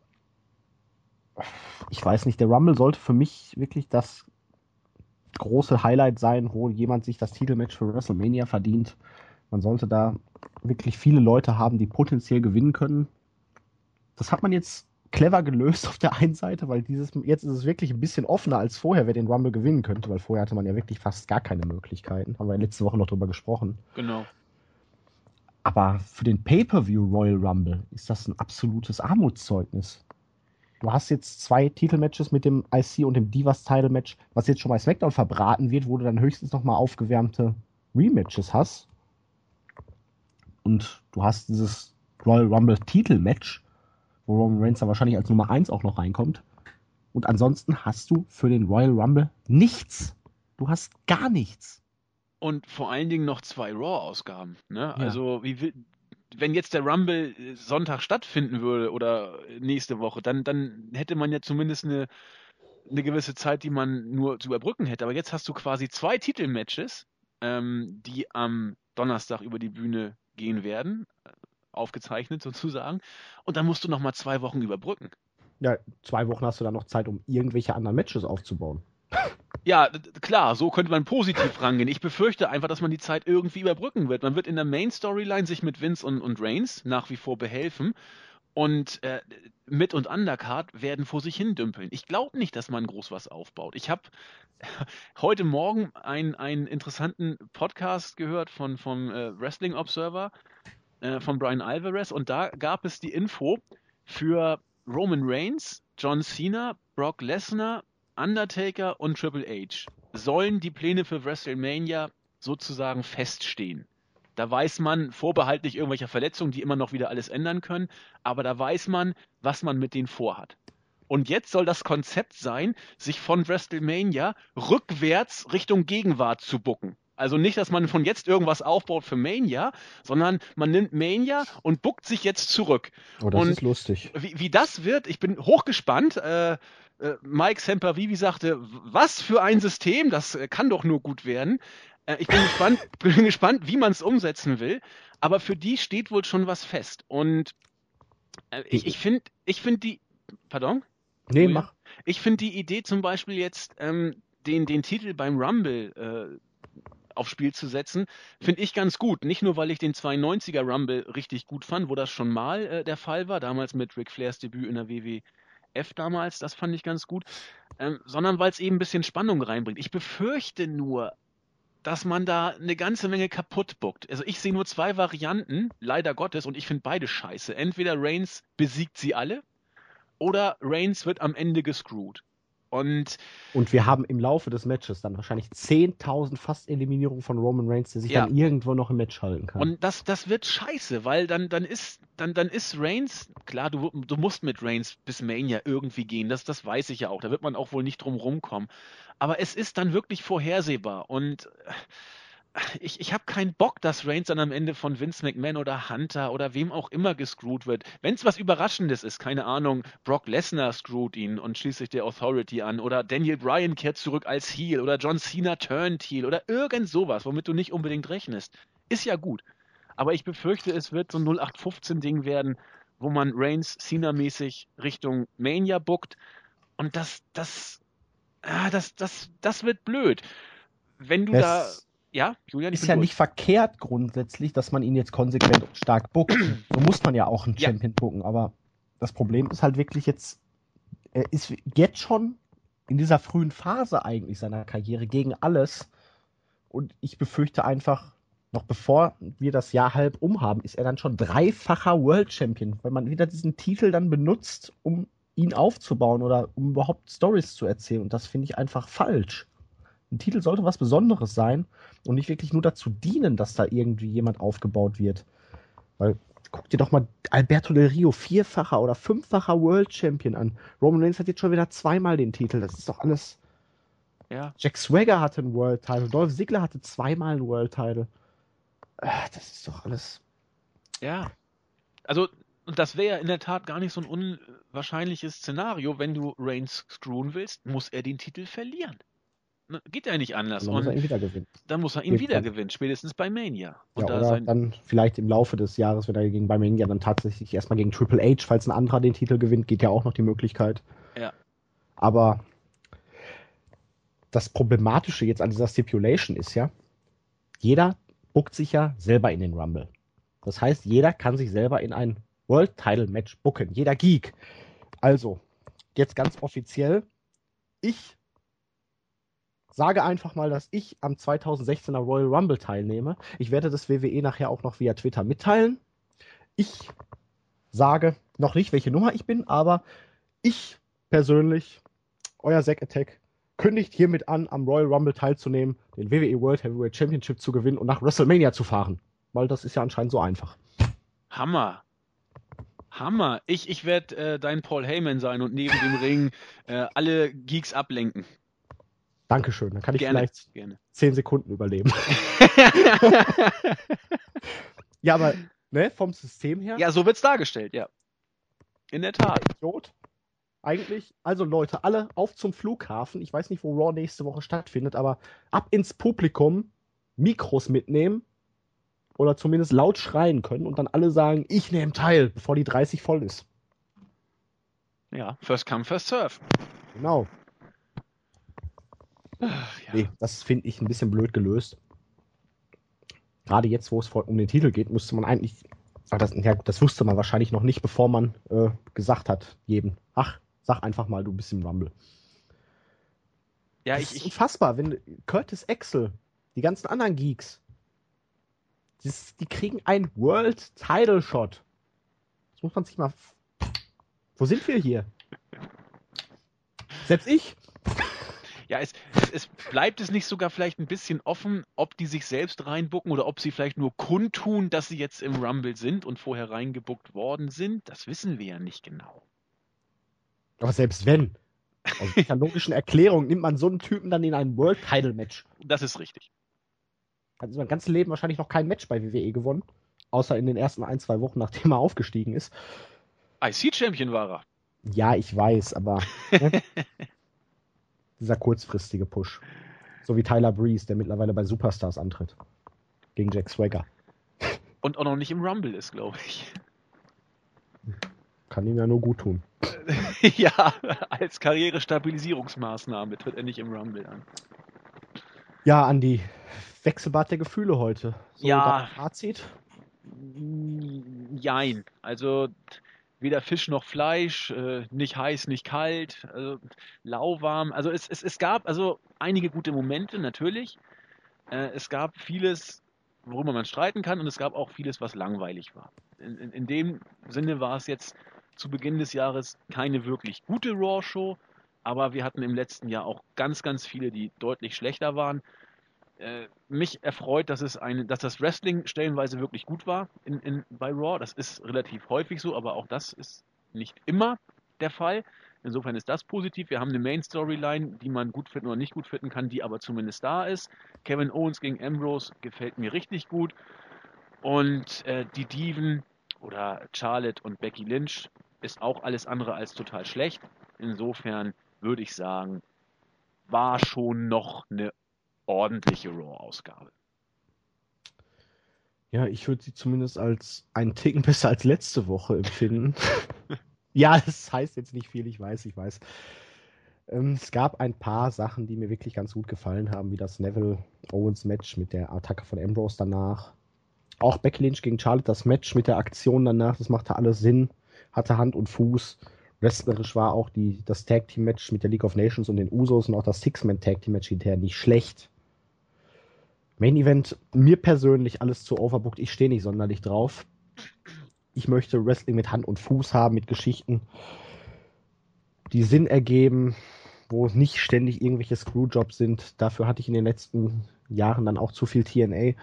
ich weiß nicht, der Rumble sollte für mich wirklich das große Highlight sein, wo jemand sich das Titelmatch für WrestleMania verdient. Man sollte da wirklich viele Leute haben, die potenziell gewinnen können. Das hat man jetzt clever gelöst auf der einen Seite, weil jetzt ist es wirklich ein bisschen offener als vorher, wer den Rumble gewinnen könnte, weil vorher hatte man ja wirklich fast gar keine Möglichkeiten. Haben wir letzte Woche noch drüber gesprochen. Genau. Aber für den Pay-Per-View Royal Rumble ist das ein absolutes Armutszeugnis. Du hast jetzt 2 Titelmatches mit dem IC und dem Divas-Title-Match, was jetzt schon bei SmackDown verbraten wird, wo du dann höchstens nochmal aufgewärmte Rematches hast. Und du hast dieses Royal Rumble Titelmatch, wo Roman Reigns dann wahrscheinlich als Nummer 1 auch noch reinkommt. Und ansonsten hast du für den Royal Rumble nichts. Du hast gar nichts. Und vor allen Dingen noch 2 Raw-Ausgaben. Ne? Ja. Also, wenn jetzt der Rumble Sonntag stattfinden würde oder nächste Woche, dann hätte man ja zumindest eine gewisse Zeit, die man nur zu überbrücken hätte. Aber jetzt hast du quasi 2 Titelmatches, die am Donnerstag über die Bühne gehen werden, aufgezeichnet sozusagen. Und dann musst du nochmal 2 Wochen überbrücken. Ja, 2 Wochen hast du dann noch Zeit, um irgendwelche anderen Matches aufzubauen. Ja, klar, so könnte man positiv rangehen. Ich befürchte einfach, dass man die Zeit irgendwie überbrücken wird. Man wird in der Main-Storyline sich mit Vince und Reigns nach wie vor behelfen und Mid- und Undercard werden vor sich hin dümpeln. Ich glaube nicht, dass man groß was aufbaut. Ich habe heute Morgen einen interessanten Podcast gehört vom Wrestling Observer von Brian Alvarez und da gab es die Info für Roman Reigns, John Cena, Brock Lesnar, Undertaker und Triple H sollen die Pläne für WrestleMania sozusagen feststehen. Da weiß man, vorbehaltlich irgendwelcher Verletzungen, die immer noch wieder alles ändern können, aber da weiß man, was man mit denen vorhat. Und jetzt soll das Konzept sein, sich von WrestleMania rückwärts Richtung Gegenwart zu bucken. Also nicht, dass man von jetzt irgendwas aufbaut für Mania, sondern man nimmt Mania und buckt sich jetzt zurück. Oh, das Und ist lustig. wie das wird, ich bin hochgespannt. Mike Sempervivi sagte, was für ein System, das kann doch nur gut werden. Ich bin gespannt, bin gespannt, wie man es umsetzen will. Aber für die steht wohl schon was fest. Und ich finde die, pardon? Nee, Julian? mach. Ich finde die Idee zum Beispiel jetzt, den Titel beim Rumble aufs Spiel zu setzen, finde ich ganz gut. Nicht nur, weil ich den 92er Rumble richtig gut fand, wo das schon mal der Fall war, damals mit Ric Flairs Debüt in der WWF damals, das fand ich ganz gut, sondern weil es eben ein bisschen Spannung reinbringt. Ich befürchte nur, dass man da eine ganze Menge kaputt buckt. Also ich sehe nur zwei Varianten, leider Gottes, und ich finde beide scheiße. Entweder Reigns besiegt sie alle oder Reigns wird am Ende gescrewt. Und wir haben im Laufe des Matches dann wahrscheinlich 10.000 Fast-Eliminierungen von Roman Reigns, der sich ja, dann irgendwo noch im Match halten kann. und das wird scheiße, weil dann ist Reigns, klar, du musst mit Reigns bis Mania irgendwie gehen, das weiß ich ja auch, da wird man auch wohl nicht drum rumkommen. Aber es ist dann wirklich vorhersehbar und ich habe keinen Bock, dass Reigns dann am Ende von Vince McMahon oder Hunter oder wem auch immer gescrewt wird. Wenn es was Überraschendes ist, keine Ahnung, Brock Lesnar screwt ihn und schließt sich der Authority an oder Daniel Bryan kehrt zurück als Heel oder John Cena turnt Heel oder irgend sowas, womit du nicht unbedingt rechnest. Ist ja gut. Aber ich befürchte, es wird so ein 0815-Ding werden, wo man Reigns Cena-mäßig Richtung Mania bookt und das wird blöd. Wenn du da Es ja, Julian, ich ist bin ja durch. nicht verkehrt grundsätzlich, dass man ihn jetzt konsequent und stark bookt. So muss man ja auch einen Ja. Champion booken. Aber das Problem ist halt wirklich jetzt, er ist jetzt schon in dieser frühen Phase eigentlich seiner Karriere gegen alles. Und ich befürchte einfach, noch bevor wir das Jahr halb umhaben, ist er dann schon dreifacher World Champion, weil man wieder diesen Titel dann benutzt, um ihn aufzubauen oder um überhaupt Stories zu erzählen. Und das finde ich einfach falsch. Ein Titel sollte was Besonderes sein und nicht wirklich nur dazu dienen, dass da irgendwie jemand aufgebaut wird. Weil, guck dir doch mal Alberto Del Rio, vierfacher oder fünffacher World Champion an. Roman Reigns hat jetzt schon wieder zweimal den Titel. Das ist doch alles. Ja. Jack Swagger hatte einen World Title. Dolph Ziggler hatte zweimal einen World Title. Das ist doch alles. Ja. Also, und das wäre ja in der Tat gar nicht so ein unwahrscheinliches Szenario. Wenn du Reigns screwen willst, muss er den Titel verlieren. Ne, geht ja nicht anders. Und dann muss er Und ihn wieder gewinnen. dann muss er ihn wieder gewinnen, spätestens bei Mania. Und Ja, da oder sein. dann vielleicht im Laufe des Jahres, wenn er gegen bei Mania dann tatsächlich erstmal gegen Triple H, falls ein anderer den Titel gewinnt, geht ja auch noch die Möglichkeit. Ja. Aber das Problematische jetzt an dieser Stipulation ist ja, jeder bookt sich ja selber in den Rumble. Das heißt, jeder kann sich selber in ein World Title Match booken. Jeder Geek. Also, jetzt ganz offiziell, ich sage einfach mal, dass ich am 2016er Royal Rumble teilnehme. Ich werde das WWE nachher auch noch via Twitter mitteilen. Ich sage noch nicht, welche Nummer ich bin, aber ich persönlich, euer Zack Attack, kündigt hiermit an, am Royal Rumble teilzunehmen, den WWE World Heavyweight Championship zu gewinnen und nach WrestleMania zu fahren. Weil das ist ja anscheinend so einfach. Hammer. Hammer. Ich werde dein Paul Heyman sein und neben dem Ring alle Geeks ablenken. Dankeschön. Dann kann ich Gerne, vielleicht gerne. 10 Sekunden überleben. Ja, aber ne, vom System her. Ja, so wird's dargestellt, ja. In der Tat. Idiot. Eigentlich, also Leute, alle auf zum Flughafen. Ich weiß nicht, wo Raw nächste Woche stattfindet, aber ab ins Publikum, Mikros mitnehmen oder zumindest laut schreien können und dann alle sagen, ich nehme teil, bevor die 30 voll ist. Ja, first come, first serve. Genau. Ach, ja. Nee, das finde ich ein bisschen blöd gelöst. Gerade jetzt, wo es um den Titel geht, müsste man eigentlich. Aber das wusste man wahrscheinlich noch nicht, bevor man gesagt hat, jedem. Ach, sag einfach mal, du bist im Rumble. Ja, Das ist unfassbar, wenn Curtis Axel, die ganzen anderen Geeks, die kriegen einen World Title Shot. Das muss man sich mal. Wo sind wir hier? Selbst ich. Ja, es bleibt es nicht sogar vielleicht ein bisschen offen, ob die sich selbst reinbucken oder ob sie vielleicht nur kundtun, dass sie jetzt im Rumble sind und vorher reingebuckt worden sind. Das wissen wir ja nicht genau. Aber selbst wenn. Aus der logischen Erklärung nimmt man so einen Typen dann in ein World Title Match. Das ist richtig. Hat sein ganzes Leben wahrscheinlich noch kein Match bei WWE gewonnen. Außer in den ersten 1-2 Wochen, nachdem er aufgestiegen ist. IC-Champion war er. Ja, ich weiß, aber ne? Dieser kurzfristige Push. So wie Tyler Breeze, der mittlerweile bei Superstars antritt. Gegen Jack Swagger. Und auch noch nicht im Rumble ist, glaube ich. Kann ihm ja nur gut tun. Ja, als Karrierestabilisierungsmaßnahme tritt er nicht im Rumble an. Ja, Andi, Wechselbad der Gefühle heute. So Ja. dein Fazit? Jein. Also weder Fisch noch Fleisch, nicht heiß, nicht kalt, also lauwarm. Also es gab also einige gute Momente, natürlich. Es gab vieles, worüber man streiten kann, und es gab auch vieles, was langweilig war. In dem Sinne war es jetzt zu Beginn des Jahres keine wirklich gute Raw-Show, aber wir hatten im letzten Jahr auch ganz, ganz viele, die deutlich schlechter waren. Mich erfreut, dass das Wrestling stellenweise wirklich gut war bei Raw. Das ist relativ häufig so, aber auch das ist nicht immer der Fall. Insofern ist das positiv. Wir haben eine Main-Storyline, die man gut finden oder nicht gut finden kann, die aber zumindest da ist. Kevin Owens gegen Ambrose gefällt mir richtig gut. Und die Diven oder Charlotte und Becky Lynch ist auch alles andere als total schlecht. Insofern würde ich sagen, war schon noch eine ordentliche Raw-Ausgabe. Ja, ich würde sie zumindest als einen Ticken besser als letzte Woche empfinden. Ja, das heißt jetzt nicht viel, ich weiß. Es gab ein paar Sachen, die mir wirklich ganz gut gefallen haben, wie das Neville-Owens-Match mit der Attacke von Ambrose danach. Auch Becky Lynch gegen Charlotte, das Match mit der Aktion danach, das machte alles Sinn, hatte Hand und Fuß. Wrestlerisch war auch das Tag-Team-Match mit der League of Nations und den Usos und auch das Six-Man-Tag-Team-Match hinterher nicht schlecht. Main Event, mir persönlich alles zu overbooked, ich stehe nicht sonderlich drauf. Ich möchte Wrestling mit Hand und Fuß haben, mit Geschichten, die Sinn ergeben, wo nicht ständig irgendwelche Screwjobs sind. Dafür hatte ich in den letzten Jahren dann auch zu viel TNA.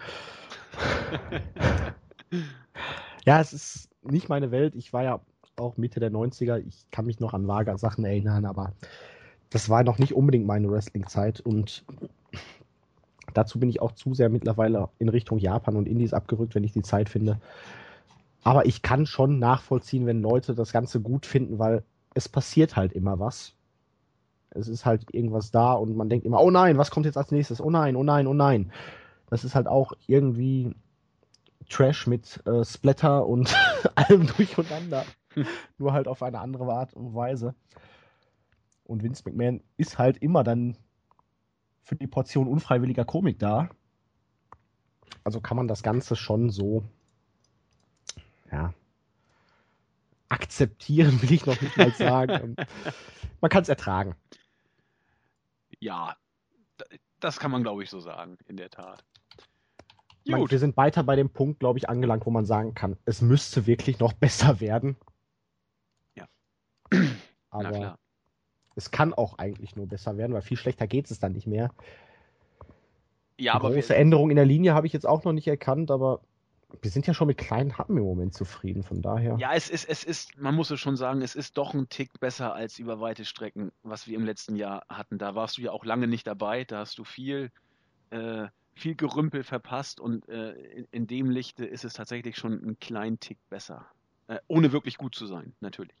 Ja, es ist nicht meine Welt. Ich war ja auch Mitte der 90er. Ich kann mich noch an vage Sachen erinnern, aber das war noch nicht unbedingt meine Wrestling-Zeit, und dazu bin ich auch zu sehr mittlerweile in Richtung Japan und Indies abgerückt, wenn ich die Zeit finde. Aber ich kann schon nachvollziehen, wenn Leute das Ganze gut finden, weil es passiert halt immer was. Es ist halt irgendwas da und man denkt immer, oh nein, was kommt jetzt als nächstes? Oh nein, oh nein, oh nein. Das ist halt auch irgendwie Trash mit Splatter und allem durcheinander. Nur halt auf eine andere Art und Weise. Und Vince McMahon ist halt immer dann für die Portion unfreiwilliger Komik da. Also kann man das Ganze schon so, ja, akzeptieren, will ich noch nicht mal sagen. Man kann es ertragen. Ja, das kann man, glaube ich, so sagen, in der Tat. Wir sind weiter bei dem Punkt, glaube ich, angelangt, wo man sagen kann, es müsste wirklich noch besser werden. Ja. Aber na klar. Es kann auch eigentlich nur besser werden, weil viel schlechter geht es dann nicht mehr. Ja, aber große Änderungen in der Linie habe ich jetzt auch noch nicht erkannt, aber wir sind ja schon mit kleinen Happen im Moment zufrieden, von daher. Ja, es ist, man muss es schon sagen, es ist doch ein Tick besser als über weite Strecken, was wir im letzten Jahr hatten. Da warst du ja auch lange nicht dabei, da hast du viel Gerümpel verpasst, und in dem Lichte ist es tatsächlich schon einen kleinen Tick besser. Ohne wirklich gut zu sein, natürlich.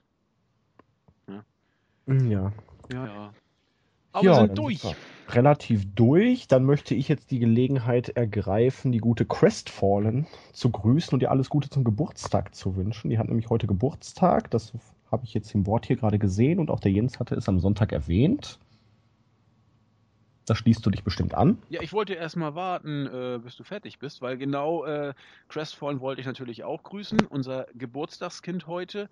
Ja. Aber wir sind durch. Sind wir relativ durch. Dann möchte ich jetzt die Gelegenheit ergreifen, die gute Crestfallen zu grüßen und ihr alles Gute zum Geburtstag zu wünschen. Die hat nämlich heute Geburtstag. Das habe ich jetzt im Wort hier gerade gesehen, und auch der Jens hatte es am Sonntag erwähnt. Da schließt du dich bestimmt an. Ja, ich wollte erst mal warten, bis du fertig bist, weil genau Crestfallen wollte ich natürlich auch grüßen, unser Geburtstagskind heute.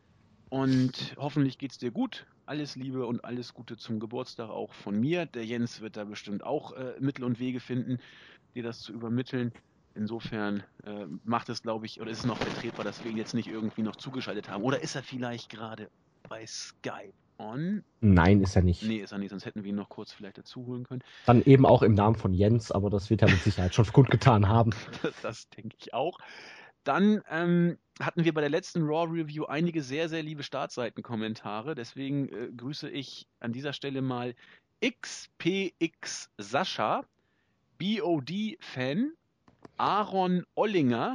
Und hoffentlich geht's dir gut. Alles Liebe und alles Gute zum Geburtstag auch von mir. Der Jens wird da bestimmt auch Mittel und Wege finden, dir das zu übermitteln. Insofern macht es, glaube ich, oder ist es noch vertretbar, dass wir ihn jetzt nicht irgendwie noch zugeschaltet haben. Oder ist er vielleicht gerade bei Skype on? Nein, ist er nicht. Nee, ist er nicht, sonst hätten wir ihn noch kurz vielleicht dazu holen können. Dann eben auch im Namen von Jens, aber das wird er mit Sicherheit schon kundgetan haben. Das denke ich auch. Dann hatten wir bei der letzten Raw-Review einige sehr, sehr liebe Startseiten-Kommentare. Deswegen grüße ich an dieser Stelle mal XPX Sascha, BOD-Fan, Aaron Ollinger,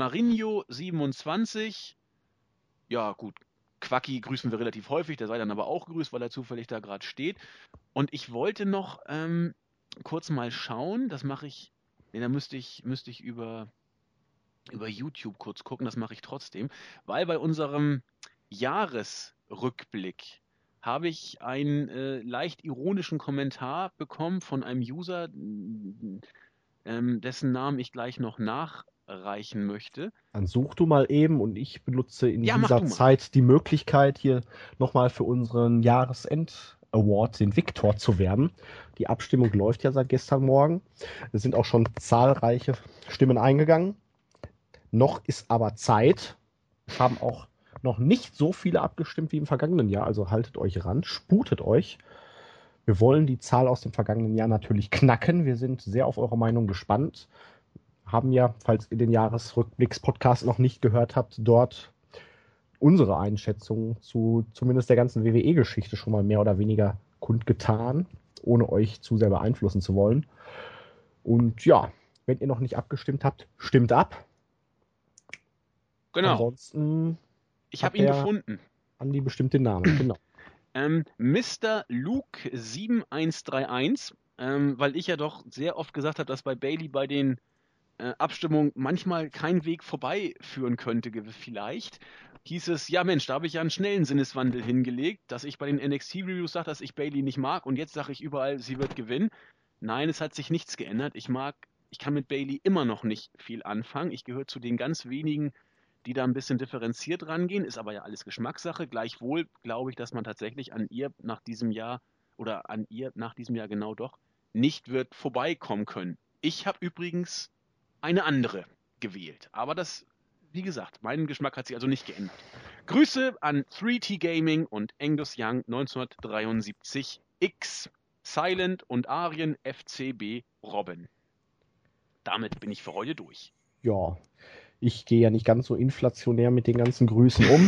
Marinho27, ja gut, Quacki grüßen wir relativ häufig, der sei dann aber auch gegrüßt, weil er zufällig da gerade steht. Und ich wollte noch kurz mal schauen, das mache ich, da müsste ich über YouTube kurz gucken, das mache ich trotzdem, weil bei unserem Jahresrückblick habe ich einen leicht ironischen Kommentar bekommen von einem User, dessen Namen ich gleich noch nachreichen möchte. Dann such du mal eben und ich benutze in Ja, dieser Zeit die Möglichkeit, hier nochmal für unseren Jahresend-Award, den Victor, zu werben. Die Abstimmung läuft ja seit gestern Morgen. Es sind auch schon zahlreiche Stimmen eingegangen. Noch ist aber Zeit. Es haben auch noch nicht so viele abgestimmt wie im vergangenen Jahr, also haltet euch ran, sputet euch. Wir wollen die Zahl aus dem vergangenen Jahr natürlich knacken. Wir sind sehr auf eure Meinung gespannt. Haben ja, falls ihr den Jahresrückblicks-Podcast noch nicht gehört habt, dort unsere Einschätzung zu zumindest der ganzen WWE-Geschichte schon mal mehr oder weniger kundgetan, ohne euch zu sehr beeinflussen zu wollen. Und ja, wenn ihr noch nicht abgestimmt habt, stimmt ab. Genau. Ansonsten ich habe ihn gefunden. Andi bestimmt den Namen, genau. Mr. Luke 7131, weil ich ja doch sehr oft gesagt habe, dass bei Bayley bei den Abstimmungen manchmal kein Weg vorbeiführen könnte, vielleicht, hieß es, ja Mensch, da habe ich ja einen schnellen Sinneswandel hingelegt, dass ich bei den NXT-Reviews sage, dass ich Bayley nicht mag und jetzt sage ich überall, sie wird gewinnen. Nein, es hat sich nichts geändert. Ich kann mit Bayley immer noch nicht viel anfangen. Ich gehöre zu den ganz wenigen, die da ein bisschen differenziert rangehen, ist aber ja alles Geschmackssache. Gleichwohl glaube ich, dass man tatsächlich an ihr nach diesem Jahr genau doch nicht wird vorbeikommen können. Ich habe übrigens eine andere gewählt, aber das, wie gesagt, mein Geschmack hat sich also nicht geändert. Grüße an 3T Gaming und Angus Young 1973 X, Silent und Arien FCB Robin. Damit bin ich für heute durch. Ja, ich gehe ja nicht ganz so inflationär mit den ganzen Grüßen um.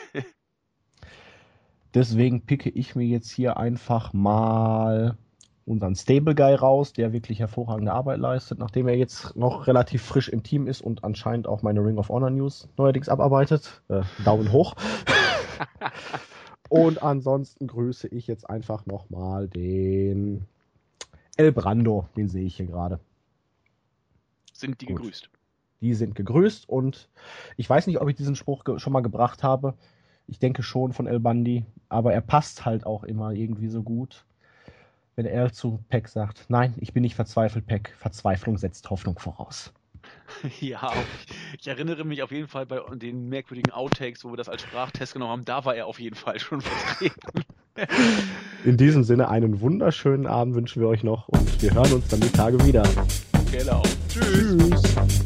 Deswegen picke ich mir jetzt hier einfach mal unseren Stable Guy raus, der wirklich hervorragende Arbeit leistet, nachdem er jetzt noch relativ frisch im Team ist und anscheinend auch meine Ring of Honor News neuerdings abarbeitet. Daumen hoch. Und ansonsten grüße ich jetzt einfach nochmal den El Brando, den sehe ich hier gerade. Sind die gegrüßt? Die sind gegrüßt und ich weiß nicht, ob ich diesen Spruch schon mal gebracht habe. Ich denke schon von El Bandi, aber er passt halt auch immer irgendwie so gut. Wenn er zu Peck sagt, nein, ich bin nicht verzweifelt, Peck. Verzweiflung setzt Hoffnung voraus. Ja, ich erinnere mich auf jeden Fall bei den merkwürdigen Outtakes, wo wir das als Sprachtest genommen haben, da war er auf jeden Fall schon vertreten. In diesem Sinne einen wunderschönen Abend wünschen wir euch noch und wir hören uns dann die Tage wieder. Genau. Tschüss.